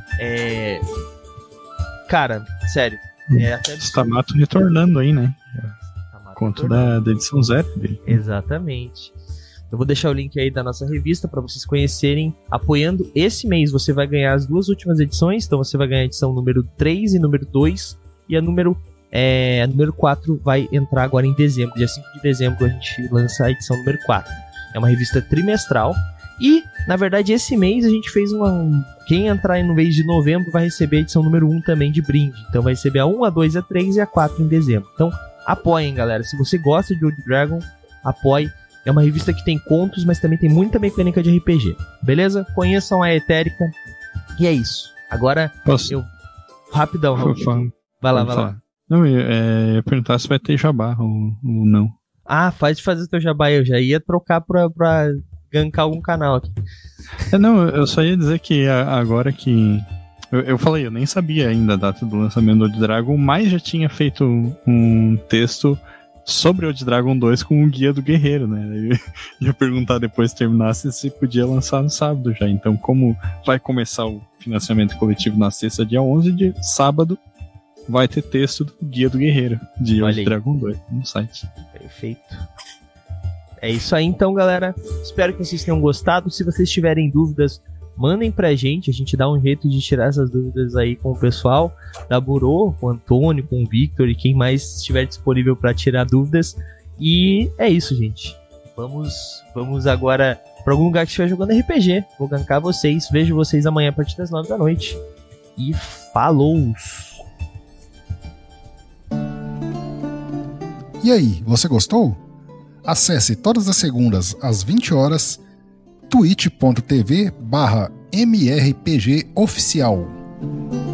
cara, sério, até Stamato retornando aí, né? Conto da edição 0 dele. Exatamente. Eu vou deixar o link aí da nossa revista para vocês conhecerem. Apoiando esse mês, você vai ganhar as duas últimas edições. Então você vai ganhar a edição número 3 e número 2. E a número 4 vai entrar agora em dezembro. Dia 5 de dezembro a gente lança a edição número 4. É uma revista trimestral. E, na verdade, esse mês a gente fez quem entrar no mês de novembro vai receber a edição número 1 também de brinde. Então vai receber a 1, a 2, a 3 e a 4 em dezembro. Então apoiem, galera. Se você gosta de Old Dragon, apoie. É uma revista que tem contos, mas também tem muita mecânica de RPG. Beleza? Conheçam a Etérica. E é isso. Agora, rapidão, Raul. Vai lá. Não, eu ia perguntar se vai ter jabá ou não. Faz fazer o teu jabá. Eu já ia trocar pra gankar algum canal aqui. Não, eu só ia dizer que agora que... Eu falei, eu nem sabia ainda a data do lançamento do Old Dragon, mas já tinha feito um texto sobre Old Dragon 2 com o Guia do Guerreiro, né? Eu ia perguntar depois que terminasse se podia lançar no sábado já. Então, como vai começar o financiamento coletivo na sexta, dia 11 de sábado, vai ter texto do Guia do Guerreiro de Old Dragon 2 no site. Perfeito. É isso aí então, galera. Espero que vocês tenham gostado. Se vocês tiverem dúvidas, mandem pra gente. A gente dá um jeito de tirar essas dúvidas aí com o pessoal da Burô, com o Antônio, com o Victor e quem mais estiver disponível para tirar dúvidas. E é isso, gente. Vamos agora pra algum lugar que estiver jogando RPG. Vou gankar vocês. Vejo vocês amanhã a partir das 9 da noite. E falou! E aí, você gostou? Acesse todas as segundas às 20 horas twitch.tv/mrpgoficial.